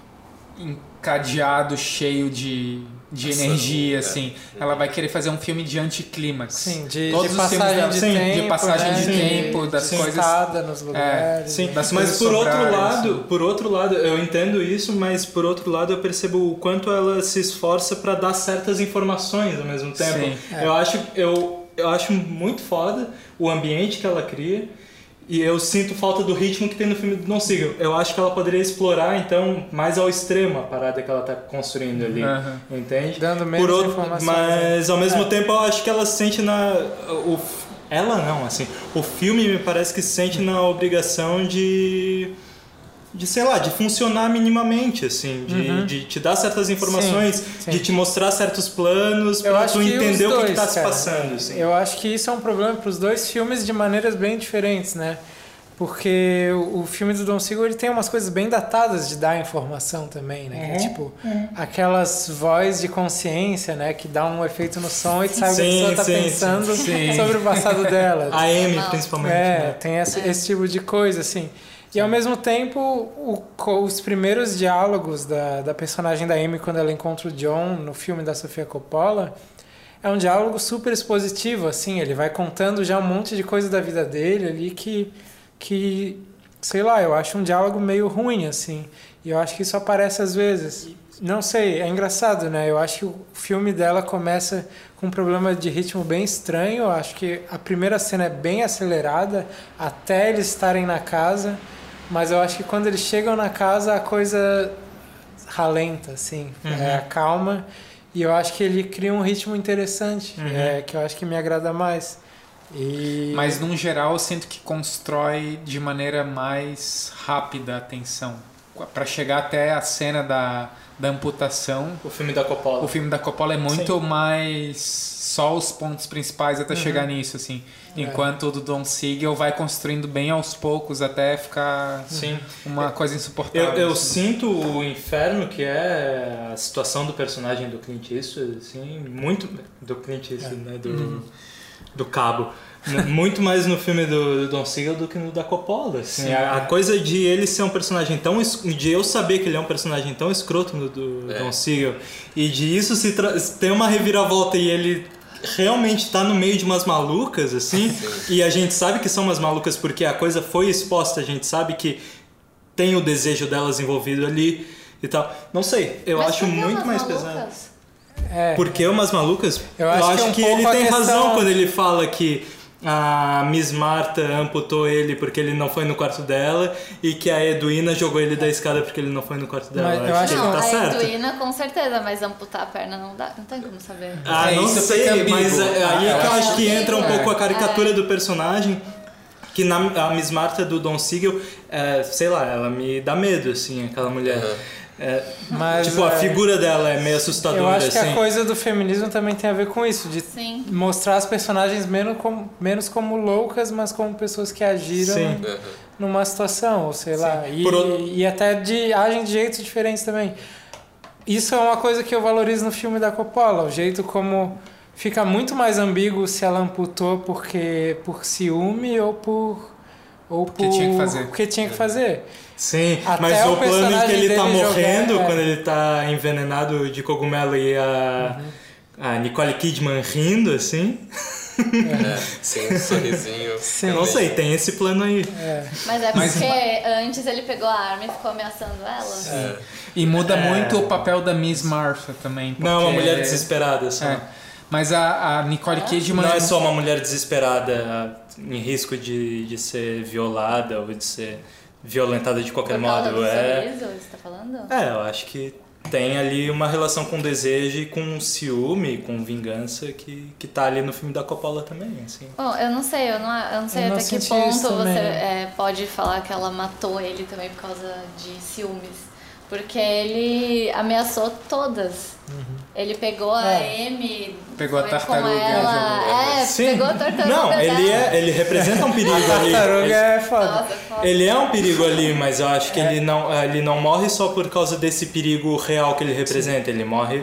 Speaker 3: encadeado, cheio de, de
Speaker 1: Ação,
Speaker 3: energia,
Speaker 1: é.
Speaker 3: assim. Ela vai querer fazer um filme de anticlímax.
Speaker 5: Sim, de,
Speaker 3: Todos
Speaker 5: de
Speaker 3: os filmes
Speaker 5: passagem
Speaker 3: dela,
Speaker 5: de
Speaker 3: sim, de
Speaker 5: tempo,
Speaker 3: passagem
Speaker 5: né?
Speaker 3: de tempo, das
Speaker 5: Sim,
Speaker 3: coisas-
Speaker 5: sentada nos lugares.
Speaker 2: Sim,
Speaker 3: das
Speaker 2: mas
Speaker 3: coisas
Speaker 2: por outro
Speaker 3: sobrarem,
Speaker 2: lado,
Speaker 3: assim.
Speaker 2: por outro lado, eu entendo isso, mas por outro lado eu percebo o quanto ela se esforça para dar certas informações ao mesmo tempo.
Speaker 3: Sim.
Speaker 5: É.
Speaker 2: Eu acho eu, eu acho muito foda o ambiente que ela cria. E eu sinto falta do ritmo que tem no filme do Don Siegel. Eu acho que ela poderia explorar, então, mais ao extremo a parada que ela tá construindo ali.
Speaker 3: Aham.
Speaker 2: Entende?
Speaker 5: Dando menos
Speaker 2: Por outro,
Speaker 5: informações.
Speaker 2: mas ao mesmo
Speaker 5: É.
Speaker 2: tempo eu acho que ela se sente na... O, ela não, assim. O filme me parece que se sente na obrigação de... De, sei lá, de funcionar minimamente, assim. De,
Speaker 5: Uhum.
Speaker 2: de te dar certas informações,
Speaker 5: Sim, sim.
Speaker 2: de te mostrar certos planos,
Speaker 5: Eu
Speaker 2: pra
Speaker 5: acho
Speaker 2: tu
Speaker 5: que
Speaker 2: entender
Speaker 5: os
Speaker 2: o que, que
Speaker 5: dois,
Speaker 2: tá se
Speaker 5: cara.
Speaker 2: passando, assim.
Speaker 5: Eu acho que isso é um problema para os dois filmes de maneiras bem diferentes, né? porque o, o filme do Don Siegel ele tem umas coisas bem datadas de dar informação também, né? Que é tipo aquelas vozes de consciência, né? Que dá um efeito no som e tu sabe o que a pessoa tá
Speaker 2: sim,
Speaker 5: pensando
Speaker 2: sim.
Speaker 5: sobre o passado dela.
Speaker 2: A Amy,
Speaker 4: Normal.
Speaker 2: principalmente.
Speaker 5: É,
Speaker 2: né?
Speaker 5: tem esse, esse tipo de coisa, assim. E ao mesmo tempo, o, co- os primeiros diálogos da, da personagem da Amy quando ela encontra o John no filme da Sofia Coppola é um diálogo super expositivo, assim. Ele vai contando já um monte de coisa da vida dele ali que, que sei lá, eu acho um diálogo meio ruim, assim. E eu acho que isso aparece às vezes. Não sei, é engraçado, né? Eu acho que o filme dela começa com um problema de ritmo bem estranho. Eu acho que a primeira cena é bem acelerada até eles estarem na casa, mas eu acho que quando eles chegam na casa a coisa ralenta, assim,
Speaker 2: Uhum.
Speaker 5: é, acalma. E eu acho que ele cria um ritmo interessante,
Speaker 2: Uhum.
Speaker 5: é, que eu acho que me agrada mais. E...
Speaker 3: Mas, no geral, eu sinto que constrói de maneira mais rápida a tensão. Pra chegar até a cena da, da amputação,
Speaker 2: O filme da Coppola.
Speaker 3: o filme da Coppola é muito
Speaker 2: Sim.
Speaker 3: mais só os pontos principais até chegar nisso, assim. Enquanto o do Don Siegel vai construindo bem aos poucos até ficar
Speaker 2: Sim.
Speaker 3: uma coisa insuportável.
Speaker 2: Eu, eu
Speaker 3: assim.
Speaker 2: sinto o inferno que é a situação do personagem do Clint Eastwood, assim, muito do Clint Eastwood, né, do, do Cabo, Né, muito mais no filme do, do Don Siegel do que no da Coppola, assim,
Speaker 3: Sim.
Speaker 2: a, a coisa de ele ser um personagem tão es- de eu saber que ele é um personagem tão escroto no do
Speaker 1: É.
Speaker 2: Don Siegel e de isso se tra- ter uma reviravolta e ele realmente tá no meio de umas malucas, assim, e a gente sabe que são umas malucas porque a coisa foi exposta, a gente sabe que tem o desejo delas envolvido ali e tal. Não sei, eu
Speaker 4: Mas
Speaker 2: acho
Speaker 4: por que
Speaker 2: muito
Speaker 4: umas
Speaker 2: mais
Speaker 4: malucas?
Speaker 2: pesado.
Speaker 5: É,
Speaker 2: Porque umas malucas,
Speaker 5: Eu acho que é um
Speaker 2: que
Speaker 5: pouco
Speaker 2: ele
Speaker 5: a
Speaker 2: tem
Speaker 5: questão-
Speaker 2: razão quando ele fala que a Miss Marta amputou ele porque ele não foi no quarto dela e que a Edwina jogou ele da escada porque ele não foi no quarto dela.
Speaker 5: Mas eu
Speaker 2: eu
Speaker 5: acho
Speaker 2: acho que
Speaker 5: que
Speaker 2: ele
Speaker 4: Não,
Speaker 2: tá
Speaker 4: a
Speaker 2: certo.
Speaker 4: Edwina com certeza, mas amputar a perna não dá, não tem como saber.
Speaker 2: Ah,
Speaker 3: É,
Speaker 2: não
Speaker 3: isso
Speaker 2: sei,
Speaker 3: fica ambíguo.
Speaker 2: mas é, aí é que eu
Speaker 3: Ah,
Speaker 2: acho que
Speaker 4: é
Speaker 2: entra um
Speaker 4: ambíguo.
Speaker 2: pouco a caricatura
Speaker 4: É.
Speaker 2: do personagem, que na a Miss Marta do Don Siegel, é, sei lá, ela me dá medo, assim, aquela mulher.
Speaker 1: Uhum.
Speaker 2: É,
Speaker 5: Mas,
Speaker 2: tipo, a
Speaker 5: é,
Speaker 2: figura dela é meio assustadora,
Speaker 5: eu acho que
Speaker 2: assim.
Speaker 5: a coisa do feminismo também tem a ver com isso, de
Speaker 4: Sim.
Speaker 5: mostrar as personagens menos como, menos como loucas, mas como pessoas que agiram
Speaker 2: Sim.
Speaker 1: Uhum.
Speaker 5: numa situação, ou sei lá. E,
Speaker 2: Por outro-
Speaker 5: e até de, agem de jeitos diferentes também. Isso é uma coisa que eu valorizo no filme da Coppola, o jeito como fica muito mais ambíguo se ela amputou porque por ciúme ou por ou por
Speaker 3: Porque tinha que fazer.
Speaker 5: porque tinha que fazer.
Speaker 2: Sim,
Speaker 5: Até
Speaker 2: mas
Speaker 5: o
Speaker 2: o plano em que
Speaker 5: personagem
Speaker 2: ele tá
Speaker 5: dele
Speaker 2: morrendo,
Speaker 5: jogar, é.
Speaker 2: quando ele tá envenenado de cogumelo e a, a Nicole Kidman rindo, assim.
Speaker 1: É, sim, um sorrisinho.
Speaker 5: Sim.
Speaker 2: Eu não sei, tem esse plano aí.
Speaker 5: É.
Speaker 4: Mas é
Speaker 3: Mas-
Speaker 4: porque antes ele pegou a arma e ficou ameaçando ela.
Speaker 1: É.
Speaker 3: E muda
Speaker 2: É.
Speaker 3: muito o papel da Miss Martha também.
Speaker 2: Não é uma
Speaker 3: porque-
Speaker 2: mulher desesperada, só.
Speaker 3: É. Mas a, a Nicole Kidman...
Speaker 2: Não é só uma mulher desesperada em risco de, de ser violada ou de ser violentada de qualquer
Speaker 4: Por causa
Speaker 2: modo.
Speaker 4: do
Speaker 2: É,
Speaker 4: sorriso, você tá falando?
Speaker 2: é, eu acho que tem ali uma relação com desejo e com ciúme, com vingança que, que tá ali no filme da Coppola também, assim.
Speaker 4: Bom, eu não sei, eu não, eu não sei
Speaker 5: Eu não
Speaker 4: até que
Speaker 5: senti
Speaker 4: ponto
Speaker 5: isso
Speaker 4: você
Speaker 5: também.
Speaker 4: é, pode falar que ela matou ele também por causa de ciúmes. Porque ele ameaçou todas. Ele pegou a
Speaker 5: É.
Speaker 4: Amy,
Speaker 3: Pegou a
Speaker 4: foi
Speaker 3: tartaruga
Speaker 4: com
Speaker 3: e
Speaker 4: ela.
Speaker 1: jogou.
Speaker 4: É,
Speaker 2: Sim.
Speaker 4: pegou a tartaruga
Speaker 2: Não, ele,
Speaker 4: dela.
Speaker 2: é, ele representa um perigo ali.
Speaker 5: Tartaruga
Speaker 2: Ele-
Speaker 5: é foda.
Speaker 4: Nossa, foda.
Speaker 2: Ele é um perigo ali, mas eu acho que ele, não, ele não morre só por causa desse perigo real que ele representa. Ele morre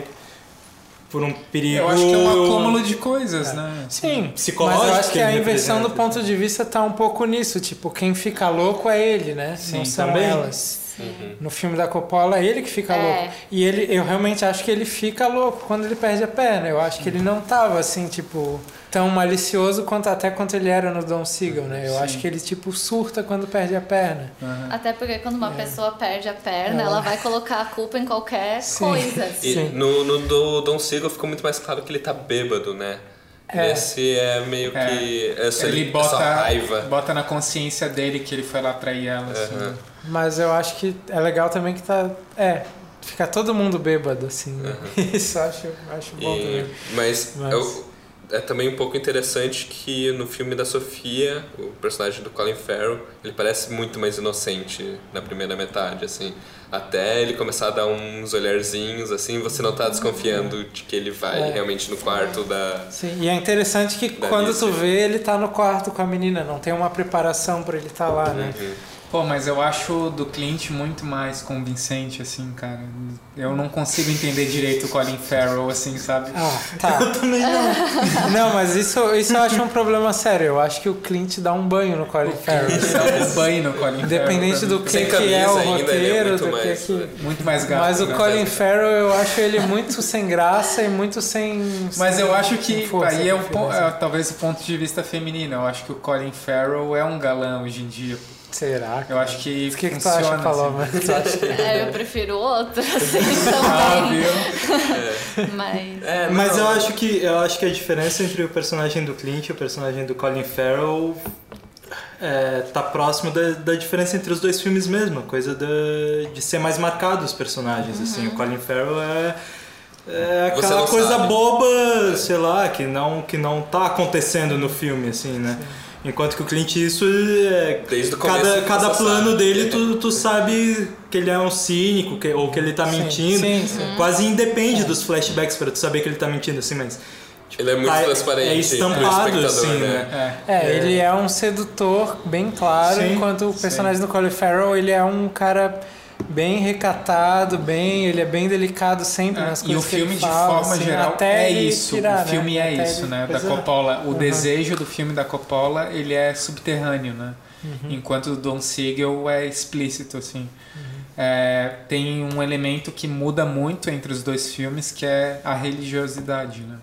Speaker 2: por um perigo...
Speaker 3: Eu acho que é um acúmulo de coisas, né?
Speaker 5: Sim,
Speaker 2: Psicológico
Speaker 5: mas eu acho
Speaker 2: que
Speaker 5: que a
Speaker 2: ele
Speaker 5: inversão do
Speaker 2: representa.
Speaker 5: ponto de vista tá um pouco nisso, tipo, quem fica louco é ele, né?
Speaker 2: Sim,
Speaker 5: não são
Speaker 2: também.
Speaker 5: elas.
Speaker 1: Uhum.
Speaker 5: No filme da Coppola é ele que fica
Speaker 4: É.
Speaker 5: louco. E ele, eu realmente acho que ele fica louco quando ele perde a perna. Eu acho que ele não tava assim, tipo, tão malicioso quanto até quanto ele era no Don Siegel, né? Eu
Speaker 3: Sim.
Speaker 5: acho que ele tipo surta quando perde a perna.
Speaker 4: Até porque quando uma pessoa perde a perna,
Speaker 5: Ela-
Speaker 4: ela vai colocar a culpa em qualquer
Speaker 5: Sim.
Speaker 4: coisa.
Speaker 1: E
Speaker 5: Sim.
Speaker 1: no, no do Don Siegel ficou muito mais claro que ele tá bêbado, né?
Speaker 5: É.
Speaker 1: Esse é meio
Speaker 3: É.
Speaker 1: que essa,
Speaker 3: Ele
Speaker 1: essa
Speaker 3: bota,
Speaker 1: raiva.
Speaker 3: bota na consciência dele que ele foi lá trair ela. assim.
Speaker 1: Aham.
Speaker 5: Mas eu acho que é legal também que tá. É, fica todo mundo bêbado, assim. Né? Isso eu acho, acho bom
Speaker 1: E-
Speaker 5: também.
Speaker 1: mas
Speaker 5: Mas-
Speaker 1: eu- é também um pouco interessante que no filme da Sofia, o personagem do Colin Farrell, ele parece muito mais inocente na primeira metade, assim. Até ele começar a dar uns olharzinhos, assim, você não tá desconfiando de que ele vai é. realmente no quarto da...
Speaker 5: Sim, e é interessante que quando Alice. tu vê, ele tá no quarto com a menina, não tem uma preparação pra ele estar tá lá, né?
Speaker 1: Uhum.
Speaker 3: Pô, mas eu acho do Clint muito mais convincente, assim, cara. Eu não consigo entender direito o Colin Farrell, assim, sabe?
Speaker 5: Ah, tá. Eu também não. Não, mas isso, isso eu acho um problema sério. Eu acho que o Clint dá um banho no Colin Farrell.
Speaker 3: Dá um banho no Colin Farrell.
Speaker 5: Independente do que, que é o roteiro, é do que é que...
Speaker 3: Muito mais gato.
Speaker 5: Mas o
Speaker 3: né?
Speaker 5: Colin Farrell, eu acho ele muito sem graça e muito sem...
Speaker 3: Mas
Speaker 5: sem,
Speaker 3: eu acho que
Speaker 5: força,
Speaker 3: aí é, um,
Speaker 5: filme,
Speaker 3: é talvez o ponto de vista feminino. Eu acho que o Colin Farrell é um galã hoje em dia.
Speaker 5: Será?
Speaker 3: Eu acho que
Speaker 5: o que, que tu
Speaker 3: funciona,
Speaker 5: acha, Paloma?
Speaker 3: assim.
Speaker 5: Tu acha que...
Speaker 4: É, eu prefiro o outro, assim,
Speaker 3: Ah,
Speaker 4: também.
Speaker 3: viu?
Speaker 4: Mas...
Speaker 2: É, mas eu acho que eu acho que a diferença entre o personagem do Clint e o personagem do Colin Farrell é, tá próximo da, da diferença entre os dois filmes mesmo, a coisa de, de ser mais marcado os personagens, uhum. assim, o Colin Farrell é É aquela coisa sabe. boba, sei lá, que não, que não tá acontecendo no filme, assim, né? Sim. Enquanto que o Clint Eastwood, é,
Speaker 1: Desde o começo
Speaker 2: cada, cada plano
Speaker 1: sabe.
Speaker 2: dele, tu, tu sabe que ele é um cínico, que, ou que ele tá sim, mentindo. Sim, sim. Quase independe dos flashbacks pra tu saber que ele tá mentindo, assim, mas...
Speaker 1: Tipo, ele é muito tá, transparente.
Speaker 2: É estampado, assim,
Speaker 5: né? É, é, ele é um sedutor bem claro, sim, enquanto o personagem sim. do Colin Farrell, ele é um cara... bem recatado, bem, ele é bem delicado sempre nas
Speaker 3: é,
Speaker 5: coisas que ele fala.
Speaker 3: E o filme, de forma
Speaker 5: assim,
Speaker 3: geral,
Speaker 5: até
Speaker 3: é isso.
Speaker 5: Tirar,
Speaker 3: o filme
Speaker 5: né?
Speaker 3: é
Speaker 5: até
Speaker 3: isso,
Speaker 5: ele...
Speaker 3: né? Da
Speaker 5: é.
Speaker 3: Coppola. O
Speaker 5: uhum.
Speaker 3: desejo do filme da Coppola, ele é subterrâneo, né?
Speaker 5: Uhum.
Speaker 3: Enquanto o Don Siegel é explícito, assim.
Speaker 5: Uhum.
Speaker 3: É, tem um elemento que muda muito entre os dois filmes, que é a religiosidade, né?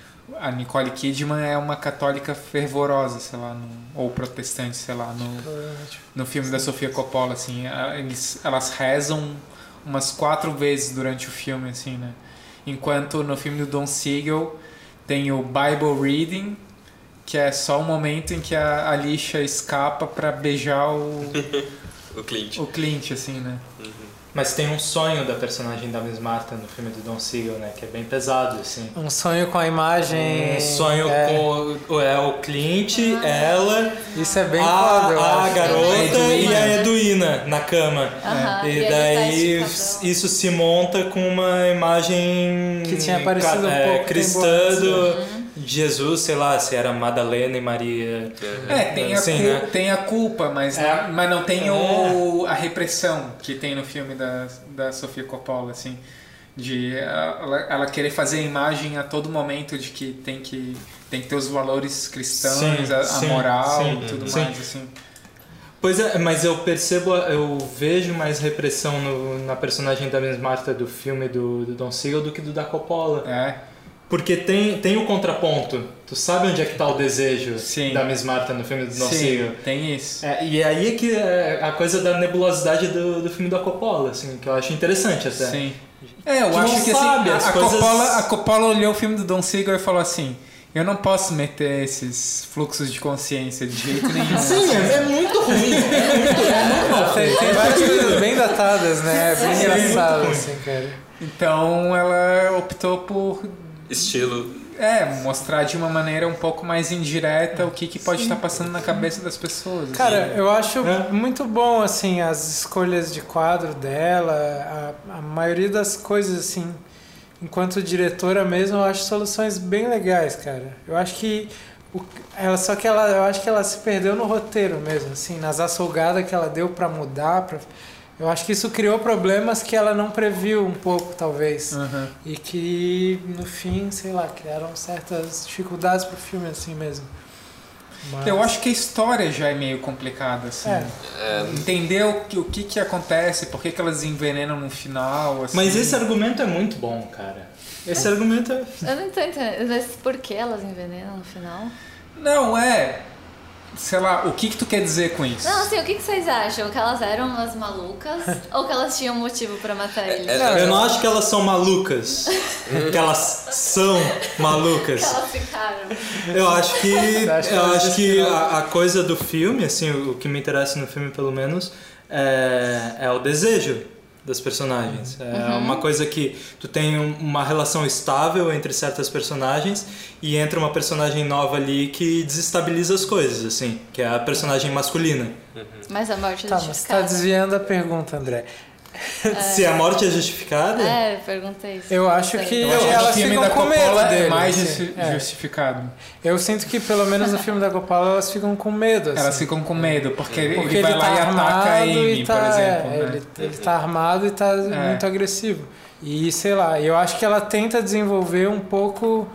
Speaker 3: A Nicole Kidman é uma católica fervorosa, sei lá, no, ou protestante, sei lá, no, no filme da Sofia Coppola, assim. Eles, elas rezam umas quatro vezes durante o filme, assim, né? Enquanto no filme do Don Siegel tem o Bible Reading, que é só o momento em que a Alicia escapa pra beijar o...
Speaker 1: o Clint.
Speaker 3: O Clint, assim, né?
Speaker 2: Uhum. Mas tem um sonho da personagem da Miss Martha no filme do Don Siegel, né? Que é bem pesado, assim.
Speaker 5: Um sonho com a imagem...
Speaker 2: Um sonho é. com é, o Clint, ah. ela...
Speaker 5: Isso é bem
Speaker 2: a,
Speaker 5: foda, eu
Speaker 2: a
Speaker 5: acho.
Speaker 2: garota a e a Edwina na cama.
Speaker 4: Uhum.
Speaker 2: E,
Speaker 4: e
Speaker 2: daí isso se monta com uma imagem...
Speaker 5: Que tinha aparecido um
Speaker 2: é,
Speaker 5: pouco
Speaker 2: cristã do... Jesus, sei lá, se era Madalena e Maria.
Speaker 3: É, tem,
Speaker 2: assim,
Speaker 3: a,
Speaker 2: né?
Speaker 3: tem a culpa, mas,
Speaker 2: é.
Speaker 3: não, mas não tem o, a repressão que tem no filme da, da Sofia Coppola, assim. De ela, ela querer fazer a imagem a todo momento de que tem que, tem que ter os valores cristãos,
Speaker 2: sim,
Speaker 3: a, a
Speaker 2: sim,
Speaker 3: moral
Speaker 2: sim,
Speaker 3: e tudo
Speaker 2: sim.
Speaker 3: mais, assim.
Speaker 2: Pois é, mas eu percebo, eu vejo mais repressão no, na personagem da Miss Martha do filme do, do Don Siegel do que do da Coppola.
Speaker 3: É.
Speaker 2: Porque tem, tem o contraponto. Tu sabe onde é que tá o desejo
Speaker 3: Sim.
Speaker 2: da Miss Martha no filme do Don
Speaker 3: Sim,
Speaker 2: Siegel?
Speaker 3: tem isso.
Speaker 2: É, e é aí que é a coisa da nebulosidade do, do filme da Coppola, assim, que eu acho interessante até.
Speaker 3: Sim. É, eu
Speaker 2: tu
Speaker 3: acho
Speaker 2: não
Speaker 3: que
Speaker 2: sabe,
Speaker 3: assim,
Speaker 2: as
Speaker 3: a,
Speaker 2: coisas...
Speaker 3: a, Coppola, a Coppola olhou o filme do Don Siegel e falou assim: eu não posso meter esses fluxos de consciência de jeito nenhum.
Speaker 2: Sim, é, é muito ruim. É muito, é muito mal.
Speaker 5: Tem, tem várias coisas bem datadas, né? É bem é engraçado, é assim, cara.
Speaker 3: Então ela optou por...
Speaker 1: Estilo...
Speaker 3: É, mostrar de uma maneira um pouco mais indireta o que, que pode estar passando na cabeça das pessoas.
Speaker 5: Cara,
Speaker 3: assim.
Speaker 5: eu acho
Speaker 2: é.
Speaker 5: muito bom, assim, as escolhas de quadro dela, a, a maioria das coisas, assim, enquanto diretora mesmo, eu acho soluções bem legais, cara. Eu acho que o, ela, só que ela, eu acho que ela se perdeu no roteiro mesmo, assim, nas açougadas que ela deu pra mudar, pra, eu acho que isso criou problemas que ela não previu um pouco, talvez.
Speaker 3: Uhum.
Speaker 5: E que, no fim, sei lá, criaram certas dificuldades pro filme, assim mesmo. Mas...
Speaker 3: Eu acho que a história já é meio complicada, assim.
Speaker 5: É.
Speaker 1: É.
Speaker 3: Entender o que, o que, que acontece, por que, que elas envenenam no final, assim.
Speaker 2: Mas esse argumento é muito bom, cara. Esse
Speaker 4: é.
Speaker 2: argumento é...
Speaker 4: Eu não tô entendendo. Mas por que elas envenenam no final?
Speaker 3: Não, é... Sei lá, o que que tu quer dizer com isso?
Speaker 4: Não, assim, o que, que vocês acham? Que elas eram umas malucas ou que elas tinham motivo pra matar eles?
Speaker 2: Não, eu não acho que elas são malucas. Que elas são malucas.
Speaker 4: Que elas ficaram.
Speaker 2: Eu acho que,
Speaker 5: acho que
Speaker 2: eu acho que
Speaker 5: elas
Speaker 2: a, a coisa do filme, assim, o que me interessa no filme pelo menos, é, é o desejo das personagens. É uhum. uma coisa que tu tem uma relação estável entre certas personagens e entra uma personagem nova ali que desestabiliza as coisas, assim, que é a personagem masculina.
Speaker 4: Uhum. Mas a morte é
Speaker 5: tá,
Speaker 4: justificada.
Speaker 5: Mas tá desviando a pergunta, André.
Speaker 2: É. Se a morte é justificada?
Speaker 4: É, perguntei isso.
Speaker 5: Eu acho que
Speaker 3: eu acho
Speaker 5: elas
Speaker 3: que o filme
Speaker 5: ficam
Speaker 3: da
Speaker 5: com medo
Speaker 3: Coppola
Speaker 5: dele,
Speaker 3: é mais
Speaker 5: assim.
Speaker 3: justificado.
Speaker 5: É. Eu sinto que pelo menos no filme da Coppola elas ficam com medo. Assim.
Speaker 3: Elas ficam com medo, porque,
Speaker 5: porque
Speaker 3: ele vai
Speaker 5: ele
Speaker 3: lá
Speaker 5: tá
Speaker 3: e ataca a Amy,
Speaker 5: tá,
Speaker 3: por exemplo.
Speaker 5: É,
Speaker 3: né?
Speaker 5: ele, ele tá armado e tá é. muito agressivo. E sei lá, eu acho que ela tenta desenvolver um pouco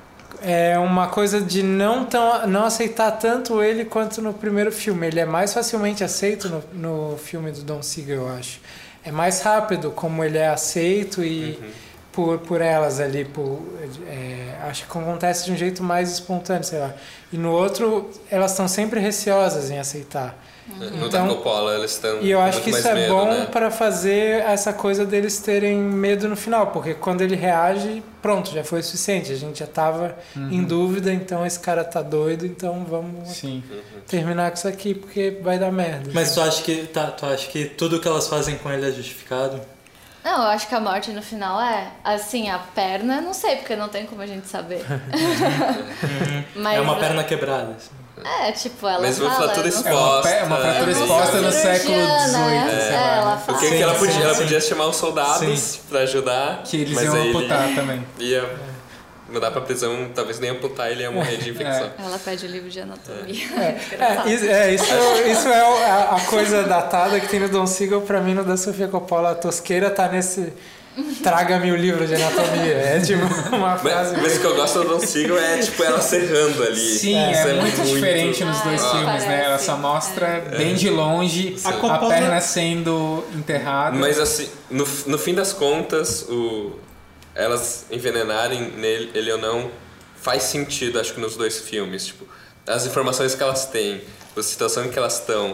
Speaker 5: é, uma coisa de não, tão, não aceitar tanto ele quanto no primeiro filme. Ele é mais facilmente aceito no, no filme do Don Siegel, eu acho. É mais rápido como ele é aceito e uhum. por, por elas ali, por, é, acho que acontece de um jeito mais espontâneo, sei lá. E no outro, elas estão sempre receosas em aceitar.
Speaker 1: Uhum. No da Coppola, eles estão
Speaker 5: E eu acho que isso é
Speaker 1: medo,
Speaker 5: bom
Speaker 1: né?
Speaker 5: para fazer essa coisa deles terem medo no final, porque quando ele reage, pronto, já foi o suficiente. A gente já estava uhum. em dúvida, então esse cara tá doido, então vamos
Speaker 3: Sim.
Speaker 5: terminar com isso aqui, porque vai dar merda.
Speaker 2: Mas tu acha que, tá, tu acha que tudo que elas fazem com ele é justificado?
Speaker 4: Não, eu acho que a morte no final é, assim, a perna, não sei, porque não tem como a gente saber.
Speaker 2: uhum. Mas, é uma perna quebrada, assim.
Speaker 4: É, tipo, ela
Speaker 1: Mas
Speaker 4: fala...
Speaker 1: uma fratura
Speaker 4: não...
Speaker 1: exposta.
Speaker 3: É uma, uma fratura exposta no século dezoito.
Speaker 4: É, é, ela fala.
Speaker 1: O que,
Speaker 2: sim,
Speaker 1: que ela
Speaker 2: sim,
Speaker 1: podia?
Speaker 2: sim.
Speaker 1: Ela podia chamar os soldados
Speaker 2: sim.
Speaker 1: pra ajudar.
Speaker 3: Que eles
Speaker 1: mas
Speaker 3: iam
Speaker 1: aí
Speaker 3: amputar
Speaker 1: ele
Speaker 3: também.
Speaker 1: Ia mandar pra prisão, talvez nem amputar, ele ia morrer de infecção.
Speaker 4: É. Ela pede o livro de anatomia.
Speaker 5: É, é, isso, é, isso, isso é a, a coisa datada que tem no Don Siegel, pra mim, no da Sofia Coppola. A tosqueira tá nesse... Traga-me o livro de anatomia. É tipo uma frase.
Speaker 1: Mas, mas o que eu gosto do Don Siegel é tipo ela serrando ali.
Speaker 3: Sim, é, é muito, muito diferente nos dois
Speaker 4: ah,
Speaker 3: filmes,
Speaker 4: parece.
Speaker 3: né? Ela só mostra é. bem de longe a, a perna sendo enterrada.
Speaker 1: Mas assim, no, no fim das contas, o, elas envenenarem nele, ele ou não, faz sentido, acho que nos dois filmes. Tipo, as informações que elas têm, a situação em que elas estão,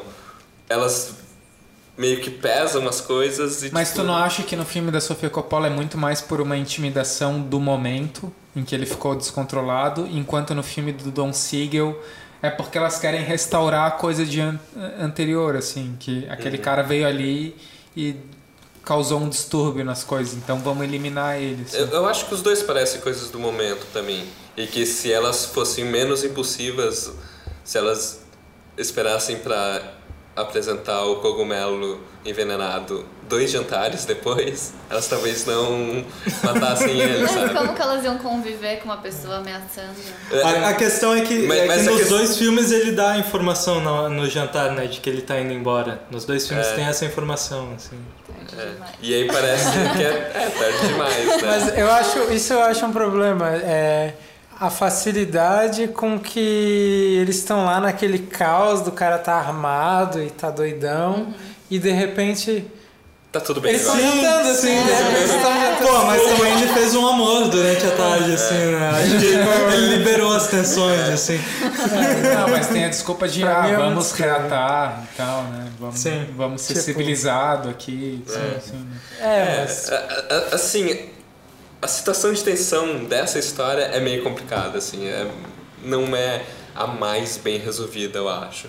Speaker 1: elas meio que pesam as coisas e,
Speaker 3: Mas
Speaker 1: tipo...
Speaker 3: tu não acha que no filme da Sofia Coppola é muito mais por uma intimidação do momento em que ele ficou descontrolado, enquanto no filme do Don Siegel é porque elas querem restaurar a coisa de an- anterior, assim, que aquele uhum. cara veio ali e causou um distúrbio nas coisas, então vamos eliminar ele. Assim.
Speaker 1: Eu, eu acho que os dois parecem coisas do momento também, e que se elas fossem menos impulsivas, se elas esperassem pra apresentar o cogumelo envenenado dois jantares depois, elas talvez não matassem ele,
Speaker 4: mas
Speaker 1: sabe?
Speaker 4: como que elas iam conviver com uma pessoa ameaçando?
Speaker 2: A, a questão é que,
Speaker 1: mas,
Speaker 2: é
Speaker 1: mas
Speaker 2: que nos
Speaker 1: que...
Speaker 2: dois filmes ele dá a informação no, no jantar, né, de que ele tá indo embora. Nos dois filmes
Speaker 1: é.
Speaker 2: tem essa informação, assim.
Speaker 1: É. E aí parece que é, é tarde demais, né?
Speaker 5: Mas eu acho, isso eu acho um problema. É... A facilidade com que eles estão lá naquele caos do cara tá armado e tá doidão uhum. e de repente
Speaker 1: tá tudo bem.
Speaker 5: Eles estão jantando assim, né? Eles estão jantando.
Speaker 2: Pô, mas também ele fez um amor durante a tarde, é. assim, né? Acho que ele liberou as tensões, é. assim.
Speaker 3: Não, mas tem a desculpa de ah, é vamos reatar e tal, né? Vamos,
Speaker 2: sim.
Speaker 3: vamos ser
Speaker 5: tipo...
Speaker 3: civilizado aqui.
Speaker 1: É,
Speaker 3: sim, sim.
Speaker 5: é mas...
Speaker 1: é, assim... A situação de tensão dessa história é meio complicada, assim, é, não é a mais bem resolvida, eu acho.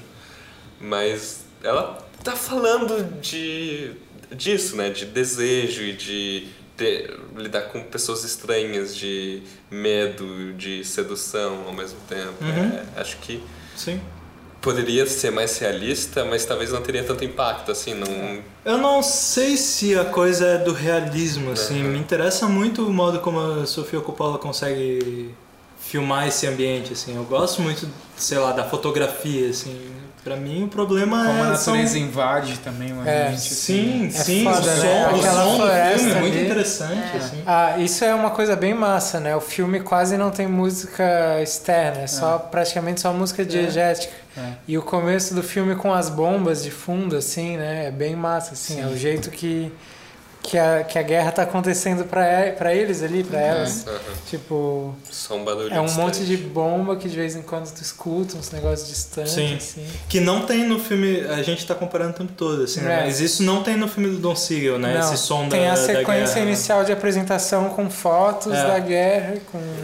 Speaker 1: Mas ela tá falando de, disso, né, de desejo e de ter, lidar com pessoas estranhas, de medo, de sedução ao mesmo tempo.
Speaker 2: Uhum.
Speaker 1: É, acho que
Speaker 2: sim.
Speaker 1: poderia ser mais realista, mas talvez não teria tanto impacto, assim, não...
Speaker 2: Eu não sei se a coisa é do realismo, assim, uhum. me interessa muito o modo como a Sofia Coppola consegue filmar esse ambiente, assim, eu gosto muito, sei lá, da fotografia, assim, pra mim o problema
Speaker 3: como
Speaker 2: é...
Speaker 3: Como a natureza
Speaker 2: são...
Speaker 3: invade também o
Speaker 2: é,
Speaker 3: ambiente.
Speaker 2: Sim,
Speaker 3: assim.
Speaker 2: sim,
Speaker 5: é foda,
Speaker 2: o som,
Speaker 5: né?
Speaker 2: o
Speaker 5: Aquela
Speaker 2: som do filme é muito
Speaker 5: ali.
Speaker 2: interessante,
Speaker 4: É.
Speaker 2: assim.
Speaker 5: Ah, isso é uma coisa bem massa, né? O filme quase não tem música externa, é só, é. praticamente só música diegética.
Speaker 3: É.
Speaker 5: E o começo do filme com as bombas de fundo, assim, né? É bem massa, assim.
Speaker 3: Sim.
Speaker 5: É o jeito que, que, a, que a guerra tá acontecendo pra, pra eles ali, pra elas.
Speaker 1: Uhum.
Speaker 5: Tipo...
Speaker 1: Só um barulho
Speaker 5: é um
Speaker 1: distante.
Speaker 5: monte de bomba que de vez em quando tu escuta, uns negócios distantes,
Speaker 2: Sim.
Speaker 5: assim.
Speaker 2: Que não tem no filme... A gente tá comparando o tempo todo, assim, né?
Speaker 5: É.
Speaker 2: Mas isso não tem no filme do Don Siegel, né?
Speaker 5: Não,
Speaker 2: esse som
Speaker 5: tem
Speaker 2: da,
Speaker 5: a
Speaker 2: da
Speaker 5: sequência
Speaker 2: guerra,
Speaker 5: inicial
Speaker 2: né?
Speaker 5: de apresentação com fotos
Speaker 2: É.
Speaker 5: da guerra, com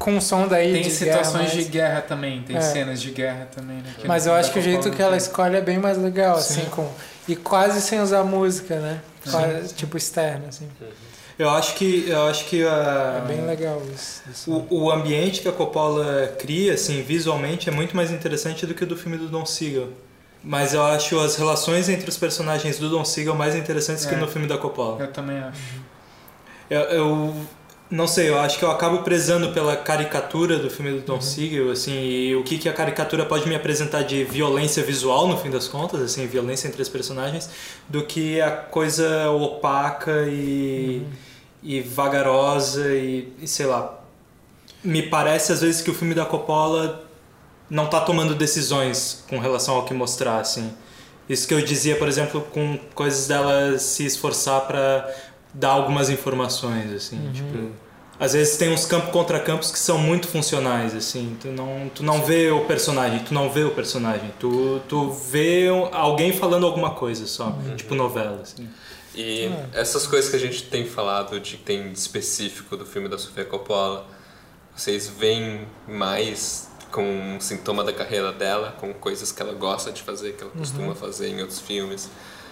Speaker 5: com o som daí
Speaker 3: Tem
Speaker 5: de
Speaker 3: situações
Speaker 5: guerra,
Speaker 3: de guerra também, tem
Speaker 5: É.
Speaker 3: cenas de guerra também, né? Que
Speaker 5: mas
Speaker 3: no
Speaker 5: eu
Speaker 3: filme
Speaker 5: acho
Speaker 3: da
Speaker 5: que o jeito
Speaker 3: Coppola
Speaker 5: que
Speaker 3: não
Speaker 5: ela
Speaker 3: tem.
Speaker 5: escolhe é bem mais legal,
Speaker 2: Sim.
Speaker 5: assim, com e quase sem usar música, né? Quase, tipo externa, assim.
Speaker 2: Eu acho que, eu acho que a,
Speaker 5: É bem legal isso. isso.
Speaker 2: o, o ambiente que a Coppola cria, assim, visualmente, é muito mais interessante do que o do filme do Don Siegel. Mas eu acho as relações entre os personagens do Don Siegel mais interessantes
Speaker 3: É.
Speaker 2: que no filme da Coppola.
Speaker 3: Eu também acho.
Speaker 2: Eu, eu não sei, eu acho que eu acabo prezando pela caricatura do filme do Don Siegel, assim, e o que, que a caricatura pode me apresentar de violência visual, no fim das contas, assim, violência entre os personagens, do que a coisa opaca e, e vagarosa e, e, sei lá. Me parece, às vezes, que o filme da Coppola não tá tomando decisões com relação ao que mostrar, assim. Isso que eu dizia, por exemplo, com coisas dela se esforçar para dar algumas informações, assim,
Speaker 5: Uhum.
Speaker 2: tipo, às vezes tem uns campos contra campos que são muito funcionais, assim, tu não, tu não vê o personagem, tu não vê o personagem, tu, tu vê alguém falando alguma coisa só,
Speaker 1: Uhum.
Speaker 2: tipo novela, assim.
Speaker 1: E essas coisas que a gente tem falado de que tem de específico do filme da Sofia Coppola, vocês veem mais como um sintoma da carreira dela, com coisas que ela gosta de fazer, que ela costuma
Speaker 5: Uhum.
Speaker 1: fazer em outros filmes?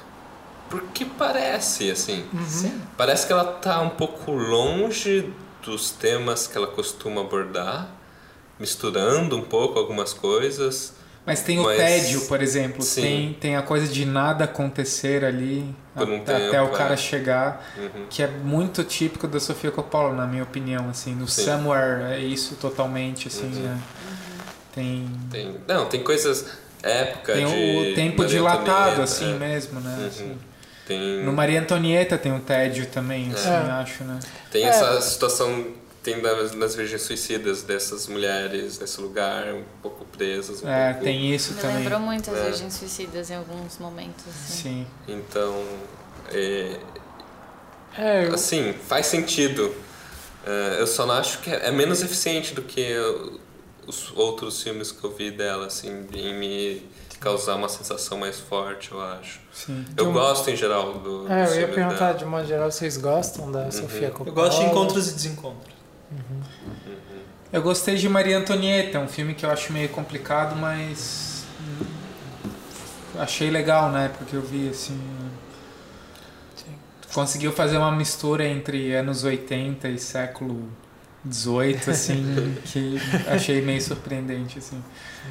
Speaker 1: Porque parece, assim,
Speaker 5: Uhum.
Speaker 1: parece que ela tá um pouco longe dos temas que ela costuma abordar, misturando um pouco algumas coisas.
Speaker 3: Mas tem o
Speaker 1: Mas-
Speaker 3: tédio, por exemplo.
Speaker 1: Sim.
Speaker 3: Tem, tem a coisa de nada acontecer ali
Speaker 1: Por um
Speaker 3: até, até
Speaker 1: tempo,
Speaker 3: o cara
Speaker 1: é.
Speaker 3: chegar,
Speaker 1: Uhum.
Speaker 3: que é muito típico da Sofia Coppola, na minha opinião. Assim, no
Speaker 1: Sim.
Speaker 3: Somewhere é isso totalmente. Assim,
Speaker 1: Uhum.
Speaker 3: né? Tem,
Speaker 1: Tem, não, tem coisas época
Speaker 3: tem
Speaker 1: de
Speaker 3: o tempo
Speaker 1: Maria
Speaker 3: dilatado,
Speaker 1: Antonieta,
Speaker 3: assim
Speaker 1: é.
Speaker 3: mesmo, né?
Speaker 1: Uhum.
Speaker 3: Assim.
Speaker 1: Tem,
Speaker 3: No Maria Antonieta tem o tédio também, assim,
Speaker 5: É.
Speaker 3: acho, né?
Speaker 1: tem
Speaker 5: É.
Speaker 1: essa situação, tem das, nas Virgens Suicidas, dessas mulheres nesse lugar, um pouco presas, um
Speaker 3: É,
Speaker 1: pouco...
Speaker 3: tem isso
Speaker 4: Me
Speaker 3: também.
Speaker 4: lembrou muito as
Speaker 1: É.
Speaker 4: Virgens Suicidas em alguns momentos. Assim.
Speaker 3: Sim.
Speaker 1: Então, é,
Speaker 5: É, eu-
Speaker 1: assim, faz sentido. É, eu só não acho que é, é menos eficiente do que os outros filmes que eu vi dela, assim, em me causar uma sensação mais forte, eu acho.
Speaker 3: Sim.
Speaker 1: Eu
Speaker 5: Então-
Speaker 1: gosto, em geral, do,
Speaker 5: é,
Speaker 1: dos
Speaker 5: eu ia
Speaker 1: filmes
Speaker 5: perguntar,
Speaker 1: dela.
Speaker 5: de modo geral, vocês gostam da Sofia Coppola?
Speaker 2: Eu gosto de encontros e desencontros.
Speaker 3: Eu gostei de Maria Antonieta, é um filme que eu acho meio complicado, mas hum, achei legal na época que eu vi, assim.
Speaker 5: Sim.
Speaker 3: Conseguiu fazer uma mistura entre anos oitenta e século dezoito, assim, que achei meio surpreendente, assim.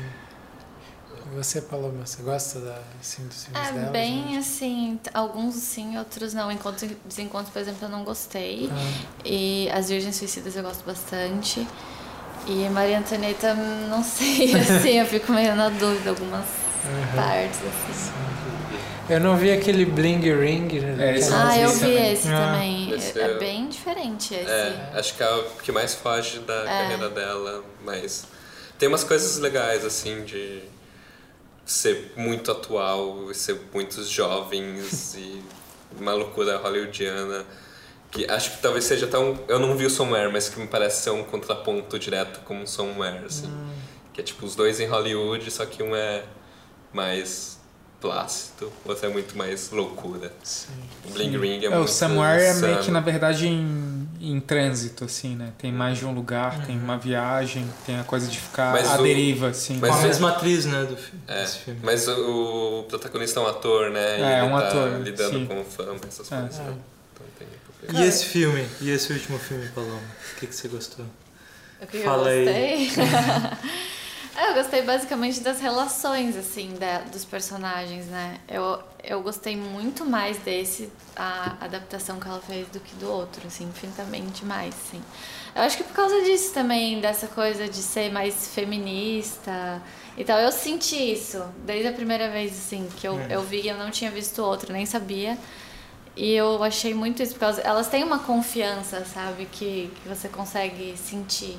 Speaker 5: E você, Paloma, você gosta da, assim, dos filmes
Speaker 4: É
Speaker 5: dela?
Speaker 4: bem
Speaker 5: gente?
Speaker 4: assim, t- alguns sim, outros não. Encontros e Desencontros, por exemplo, eu não gostei.
Speaker 5: Ah,
Speaker 4: E As Virgens Suicidas eu gosto bastante. E Maria Antonieta, não sei, assim, eu fico meio na dúvida algumas
Speaker 5: aham.
Speaker 4: partes, assim.
Speaker 5: Eu não vi aquele Bling Ring, né?
Speaker 3: É, esse
Speaker 5: que
Speaker 3: eu
Speaker 4: Ah,
Speaker 3: vi
Speaker 4: eu vi
Speaker 3: também.
Speaker 4: esse
Speaker 5: Ah.
Speaker 4: também.
Speaker 1: Esse
Speaker 4: É,
Speaker 1: é-
Speaker 4: é bem diferente esse.
Speaker 1: É, acho que é o que mais foge da
Speaker 4: É.
Speaker 1: carreira dela, mas tem umas coisas legais, assim, de ser muito atual, e ser muitos jovens e uma loucura hollywoodiana, que acho que talvez seja até um... Eu não vi o Somewhere, mas que me parece ser um contraponto direto com o Somewhere, assim. Que é tipo os dois em Hollywood, só que um é mais plácido, o outro é muito mais loucura.
Speaker 5: Sim.
Speaker 1: O Bling Ring é,
Speaker 3: É,
Speaker 1: muito
Speaker 3: o Somewhere é meio
Speaker 1: Sam.
Speaker 3: que, na verdade, em, em trânsito, assim, né? Tem mais de um lugar, tem uma viagem, tem a coisa de ficar
Speaker 1: Mas
Speaker 3: à
Speaker 1: o-
Speaker 3: deriva, assim.
Speaker 2: Com
Speaker 1: mas
Speaker 2: a
Speaker 1: o-
Speaker 2: mesma atriz, né, do fi-
Speaker 1: É,
Speaker 2: desse filme.
Speaker 1: mas o, o protagonista é um ator, né? E
Speaker 3: É,
Speaker 1: ele
Speaker 3: um
Speaker 1: tá
Speaker 3: ator,
Speaker 1: lidando
Speaker 3: sim.
Speaker 1: com fama, essas
Speaker 3: É.
Speaker 1: coisas.
Speaker 5: É.
Speaker 1: né? Então tem um pouco-
Speaker 2: E esse filme? E esse último filme, Paloma? O que, que você gostou?
Speaker 4: O que
Speaker 2: Fala
Speaker 4: eu
Speaker 2: aí.
Speaker 4: gostei? É, eu gostei basicamente das relações, assim, da, dos personagens, né? Eu, eu gostei muito mais desse, a adaptação que ela fez, do que do outro, assim, infinitamente mais, assim. Eu acho que por causa disso também, dessa coisa de ser mais feminista e tal. Eu senti isso desde a primeira vez, assim, que eu, eu vi, eu não tinha visto outro, nem sabia. E eu achei muito isso, por causa... Elas têm uma confiança, sabe? Que, que você consegue sentir.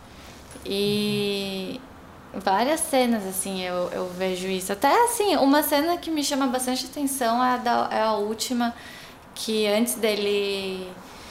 Speaker 4: E várias cenas, assim, eu, eu vejo isso. Até, assim, uma cena que me chama bastante atenção é a, da, é a última, que antes dele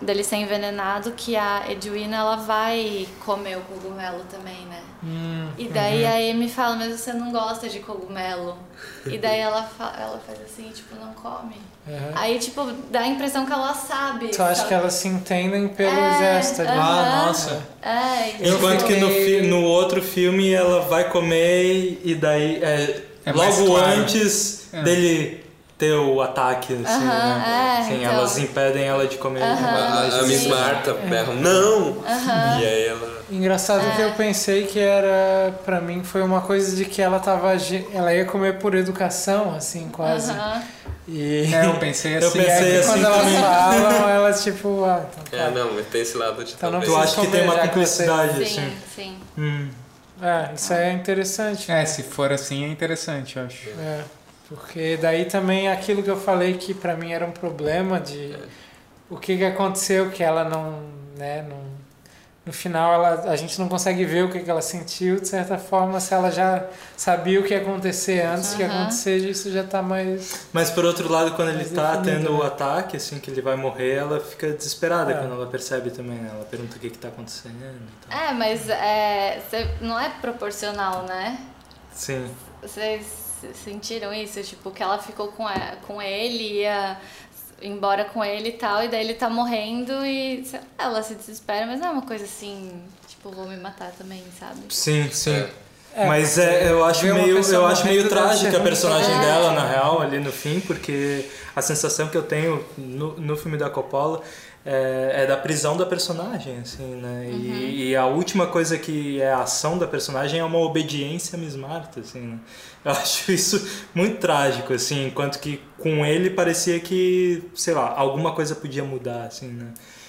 Speaker 4: dele ser envenenado, que a Edwina ela vai comer o cogumelo também, né?
Speaker 5: Hum,
Speaker 4: E daí
Speaker 5: uhum.
Speaker 4: a Amy fala, mas você não gosta de cogumelo. E daí ela, fa- ela faz assim, tipo, não come.
Speaker 5: Uhum.
Speaker 4: Aí, tipo, dá a impressão que ela sabe.
Speaker 5: Só acho
Speaker 4: sabe?
Speaker 5: que elas se entendem pelo
Speaker 4: É,
Speaker 5: gesto ali.
Speaker 4: aham.
Speaker 2: Ah, nossa.
Speaker 4: É, e
Speaker 2: Enquanto
Speaker 4: tipo,
Speaker 2: que no, fi- no outro filme ela vai comer e daí é,
Speaker 3: É mais
Speaker 2: logo
Speaker 3: claro.
Speaker 2: antes
Speaker 3: É.
Speaker 2: dele ter o ataque, assim,
Speaker 4: Aham,
Speaker 2: né?
Speaker 4: é,
Speaker 2: Sim,
Speaker 4: então.
Speaker 2: elas impedem ela de comer.
Speaker 4: Aham.
Speaker 2: mais
Speaker 1: A, a Miss
Speaker 4: Sim.
Speaker 1: Marta berra, não! E aí ela...
Speaker 5: Engraçado
Speaker 4: É.
Speaker 5: que eu pensei que era, pra mim, foi uma coisa de que ela tava, agi- ela ia comer por educação, assim, quase.
Speaker 4: aham.
Speaker 5: E,
Speaker 3: É, eu pensei
Speaker 2: Eu
Speaker 3: assim.
Speaker 5: e
Speaker 2: pensei
Speaker 5: aí,
Speaker 2: assim
Speaker 5: quando elas
Speaker 2: também.
Speaker 5: falam, elas tipo, ah, então
Speaker 1: É,
Speaker 5: tá.
Speaker 1: não, mas tem esse lado de
Speaker 5: Então não
Speaker 1: talvez...
Speaker 2: Tu acha que tem uma
Speaker 5: Já que
Speaker 2: cumplicidade,
Speaker 4: Sim,
Speaker 2: assim?
Speaker 4: sim.
Speaker 2: Hum.
Speaker 5: É, isso aí é interessante.
Speaker 3: É, se for assim é interessante, eu acho.
Speaker 5: É, porque daí também aquilo que eu falei que pra mim era um problema de o que que aconteceu que ela não, né, não, no final ela, a gente não consegue ver o que que ela sentiu, de certa forma, se ela já sabia o que ia acontecer antes que
Speaker 4: Aham.
Speaker 5: acontecer, isso já tá mais...
Speaker 2: Mas por outro lado, quando ele
Speaker 5: Mais
Speaker 2: tá
Speaker 5: definido,
Speaker 2: tendo o
Speaker 5: né?
Speaker 2: ataque, assim, que ele vai morrer, ela fica desesperada
Speaker 5: É.
Speaker 2: quando ela percebe também, né? Ela pergunta o que que tá acontecendo e tal.
Speaker 4: É, mas é, cê- não é proporcional, né?
Speaker 2: Sim.
Speaker 4: Vocês sentiram isso? Tipo, que ela ficou com, a- com ele, ia embora com ele e tal, e daí ele tá morrendo e sei lá, ela se desespera, mas não é uma coisa assim, tipo, vou me matar também, sabe?
Speaker 2: Sim, sim.
Speaker 5: É,
Speaker 2: Mas é, eu acho
Speaker 5: ver uma
Speaker 2: meio,
Speaker 5: pessoa
Speaker 2: eu acho meio
Speaker 5: morrendo deve
Speaker 2: trágica
Speaker 5: ser
Speaker 2: a
Speaker 5: ruim.
Speaker 2: personagem
Speaker 4: É.
Speaker 2: dela, na real, ali no fim, porque a sensação que eu tenho no, no filme da Coppola é, é da prisão da personagem, assim, né? E, e a última coisa que é a ação da personagem é uma obediência a Miss Marta, assim, né? Eu acho isso muito trágico, assim, enquanto que com ele parecia que, sei lá, alguma coisa podia mudar, assim, né?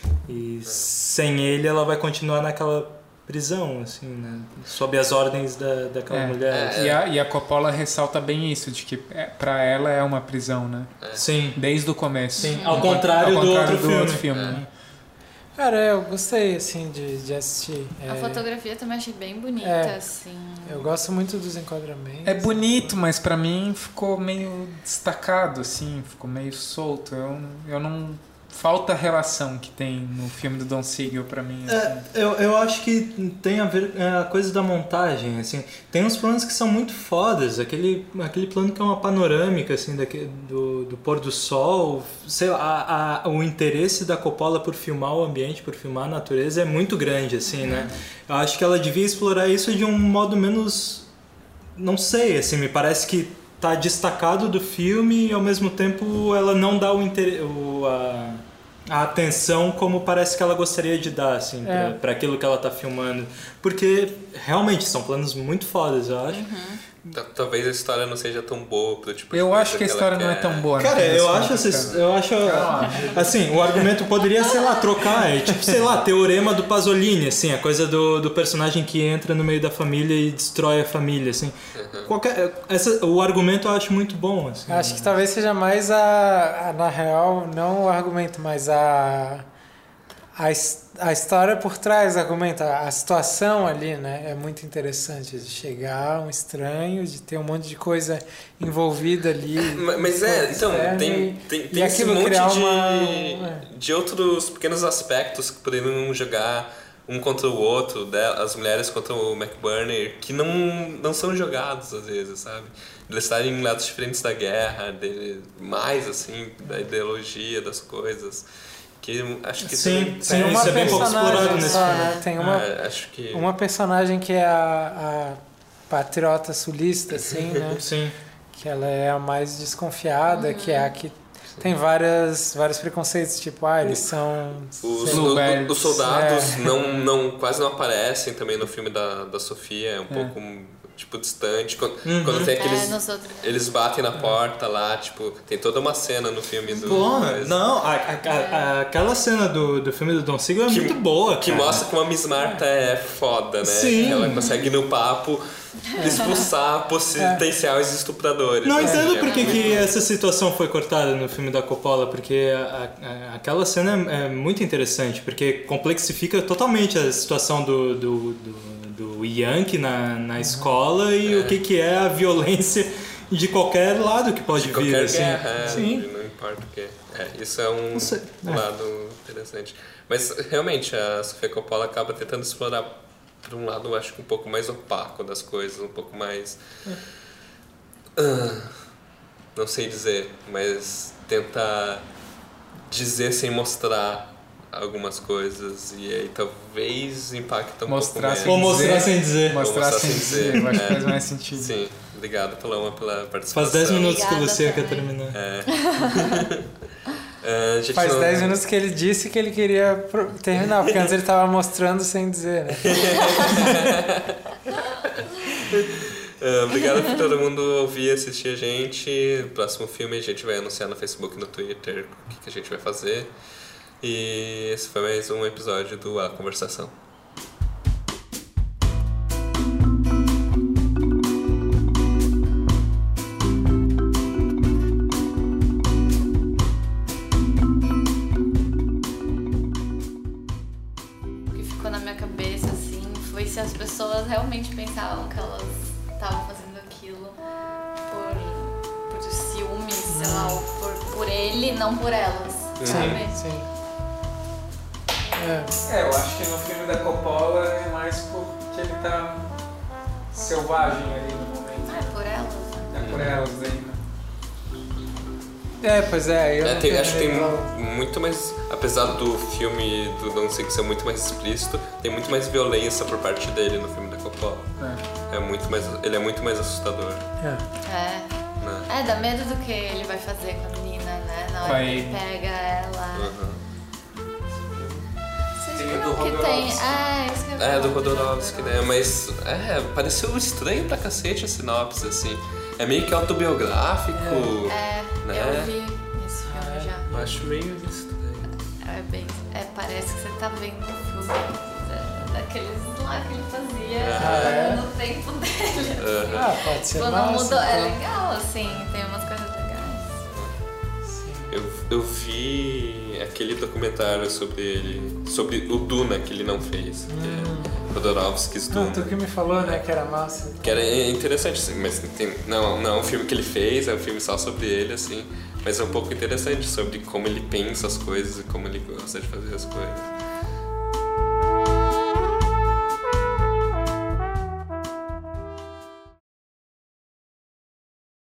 Speaker 2: E sem ele ela vai continuar naquela prisão, assim, né? Sob as ordens da, daquela
Speaker 3: É.
Speaker 2: mulher.
Speaker 1: É.
Speaker 2: assim.
Speaker 3: E a, e a Coppola ressalta bem isso, de que é, pra ela é uma prisão, né?
Speaker 2: Sim.
Speaker 3: Desde o começo.
Speaker 2: Sim, ao
Speaker 3: Enquanto-
Speaker 2: contrário
Speaker 3: ao
Speaker 2: do
Speaker 3: contrário
Speaker 2: outro
Speaker 3: do outro
Speaker 2: filme.
Speaker 3: filme, né?
Speaker 5: Cara, eu gostei, assim, de, de assistir.
Speaker 4: A
Speaker 5: É,
Speaker 4: fotografia também achei bem bonita,
Speaker 5: É.
Speaker 4: assim.
Speaker 5: eu gosto muito dos enquadramentos.
Speaker 3: É bonito, mas pra mim ficou meio destacado, assim, ficou meio solto. Eu, eu não... Falta a relação que tem no filme do Don Siegel pra mim. Assim.
Speaker 2: É, eu, eu acho que tem a ver é, a coisa da montagem, assim. Tem uns planos que são muito fodas. Aquele, aquele plano que é uma panorâmica, assim, daquele, do, do pôr do sol. Sei lá, a, a, o interesse da Coppola por filmar o ambiente, por filmar a natureza é muito grande, assim, né? Eu acho que ela devia explorar isso de um modo menos... Não sei, assim, me parece que tá destacado do filme e ao mesmo tempo ela não dá o interesse... A, a atenção como parece que ela gostaria de dar, assim,
Speaker 5: É.
Speaker 2: pra, pra aquilo que ela tá filmando. Porque, realmente, são planos muito fodas, eu acho.
Speaker 1: Ta- Talvez a história não seja tão boa pro tipo de
Speaker 3: Eu
Speaker 1: coisa
Speaker 3: acho que a
Speaker 1: ela
Speaker 3: história não é
Speaker 1: quer.
Speaker 3: tão boa. no
Speaker 2: Cara,
Speaker 3: fim das
Speaker 2: eu
Speaker 3: contas,
Speaker 2: acho,
Speaker 3: cara.
Speaker 2: esses- eu acho, assim, o argumento poderia, sei lá, trocar, é tipo, sei lá, teorema do Pasolini, assim, a coisa do, do personagem que entra no meio da família e destrói a família, assim. Qualquer, essa, o argumento eu acho muito bom, assim.
Speaker 5: Acho que talvez seja mais a, a- na real, não o argumento, mas a, a, his- a história por trás do argumento, a, a situação ali, né? É muito interessante de chegar um estranho, de ter um monte de coisa envolvida ali.
Speaker 1: Ma- Mas é, então,
Speaker 5: externa
Speaker 1: tem,
Speaker 5: e-
Speaker 1: tem,
Speaker 5: e
Speaker 1: tem esse
Speaker 5: aquilo
Speaker 1: monte
Speaker 5: criar
Speaker 1: de,
Speaker 5: uma-
Speaker 1: de outros pequenos aspectos que poderiam jogar um contra o outro, né? As mulheres contra o McBurney, que não, não são jogados às vezes, sabe? Eles estarem em lados diferentes da guerra, dele, mais assim, da ideologia das coisas. Que acho que
Speaker 2: Sim,
Speaker 1: isso
Speaker 2: sim,
Speaker 5: Tem uma
Speaker 2: isso é bem pouco
Speaker 5: personagem
Speaker 2: explorado nesse
Speaker 5: só,
Speaker 2: filme.
Speaker 5: né? Tem uma,
Speaker 1: é, acho que
Speaker 5: uma personagem que é a, a patriota sulista, assim, né?
Speaker 2: Sim.
Speaker 5: Que ela é a mais desconfiada, que é a que tem várias, vários preconceitos, tipo, ah, eles são...
Speaker 1: Os,
Speaker 5: sei
Speaker 1: o-
Speaker 5: lá,
Speaker 1: o- os soldados
Speaker 5: É.
Speaker 1: não, não, quase não aparecem também no filme da, da Sofia, é um pouco tipo distante. Quando,
Speaker 2: Uhum.
Speaker 1: quando tem
Speaker 4: É,
Speaker 1: aqueles.
Speaker 4: nos outros.
Speaker 1: Eles batem na porta lá, tipo, tem toda uma cena no filme do.
Speaker 2: Porra,
Speaker 1: mas-
Speaker 2: não, a, a- a- aquela cena do, do filme do Don Siegel é
Speaker 1: Que-
Speaker 2: muito boa,
Speaker 1: Que
Speaker 2: cara.
Speaker 1: mostra como a Miss Marta é foda, né?
Speaker 2: Sim.
Speaker 1: Que ela consegue no papo expulsar potenciais estupradores.
Speaker 2: Não
Speaker 1: né?
Speaker 2: entendo
Speaker 1: É
Speaker 2: por que,
Speaker 1: muito-
Speaker 2: que essa situação foi cortada no filme da Coppola, porque a- a- aquela cena é muito interessante, porque complexifica totalmente a situação do, do, do, do Yankee na, na escola e
Speaker 1: É.
Speaker 2: o que, que é a violência de qualquer lado que pode
Speaker 1: De
Speaker 2: vir.
Speaker 1: qualquer
Speaker 2: assim.
Speaker 1: guerra, é,
Speaker 2: Sim.
Speaker 1: não importa, porque é, isso é um
Speaker 2: Não sei.
Speaker 1: lado interessante. Mas realmente a Sofia Coppola acaba tentando explorar por um lado, eu acho que um pouco mais opaco das coisas, um pouco mais uh, não sei dizer, mas tenta dizer sem mostrar algumas coisas e aí talvez impacta um
Speaker 3: Mostrar
Speaker 1: pouco
Speaker 3: sem
Speaker 1: menos.
Speaker 2: Ou mostrar sem dizer.
Speaker 3: Mostrar,
Speaker 1: mostrar
Speaker 3: sem
Speaker 1: sem
Speaker 3: dizer,
Speaker 1: dizer,
Speaker 3: eu acho que
Speaker 1: é.
Speaker 3: faz mais sentido.
Speaker 1: Sim, obrigado pela uma pela participação.
Speaker 2: Faz dez minutos que o
Speaker 4: Obrigada
Speaker 2: Luciano quer
Speaker 4: também.
Speaker 2: terminar.
Speaker 1: É. É, a gente
Speaker 5: Faz
Speaker 1: não-
Speaker 5: dez minutos que ele disse que ele queria pro- terminar, porque antes ele tava mostrando sem dizer, né?
Speaker 1: É, obrigado por todo mundo ouvir e assistir a gente. Próximo filme a gente vai anunciar no Facebook e no Twitter o que, que a gente vai fazer. E esse foi mais um episódio do A Conversação.
Speaker 4: O que ficou na minha cabeça, assim, foi se as pessoas realmente pensavam que elas estavam fazendo aquilo por, por ciúmes, sei lá, ou por, por ele, não por elas, sabe?
Speaker 5: Sim. É.
Speaker 3: É, eu acho que no filme da Coppola é mais porque ele tá selvagem ali no momento.
Speaker 4: Ah, é por elas, né?
Speaker 3: É por elas ainda.
Speaker 5: É, pois é. Eu
Speaker 1: É,
Speaker 5: não
Speaker 1: tem-
Speaker 5: tenho
Speaker 1: acho que tem
Speaker 5: igual-
Speaker 1: muito mais. Apesar do filme do Don't Six ser muito mais explícito, tem muito mais violência por parte dele no filme da Coppola.
Speaker 3: É.
Speaker 1: É muito mais, ele é muito mais assustador.
Speaker 5: É.
Speaker 4: É.
Speaker 1: Né?
Speaker 4: É, dá medo do que ele vai fazer com a menina, né? Na hora
Speaker 3: Vai-
Speaker 4: que ele pega ela.
Speaker 1: Uhum.
Speaker 4: Vocês
Speaker 3: Tem
Speaker 4: viram
Speaker 3: do
Speaker 4: que tem.
Speaker 3: Rodorovsky.
Speaker 4: É, isso que eu ia
Speaker 1: É,
Speaker 4: falar,
Speaker 1: do Rodorovsky, né? Mas é, pareceu estranho pra cacete a sinopse, assim. É meio que autobiográfico.
Speaker 4: É,
Speaker 1: Né?
Speaker 4: eu vi esse filme já.
Speaker 1: Eu acho meio estranho.
Speaker 4: É bem. É, parece que você tá vendo um filme da- daqueles lá que ele fazia
Speaker 5: Ah, é?
Speaker 4: no tempo dele.
Speaker 1: Uhum.
Speaker 5: Ah, pode ser
Speaker 4: Quando
Speaker 5: massa,
Speaker 4: mudou. É
Speaker 5: então.
Speaker 4: legal, assim, tem umas coisas legais.
Speaker 5: Sim.
Speaker 1: Eu, eu vi aquele documentário sobre ele, sobre o Duna que ele não fez. Que é Rodorovsky's
Speaker 5: Não,
Speaker 1: Duna.
Speaker 5: tu que me falou, né, que era massa.
Speaker 1: Que era interessante, assim, mas tem, não, não é um filme que ele fez, é um filme só sobre ele, assim. Mas é um pouco interessante sobre como ele pensa as coisas e como ele gosta de fazer as coisas.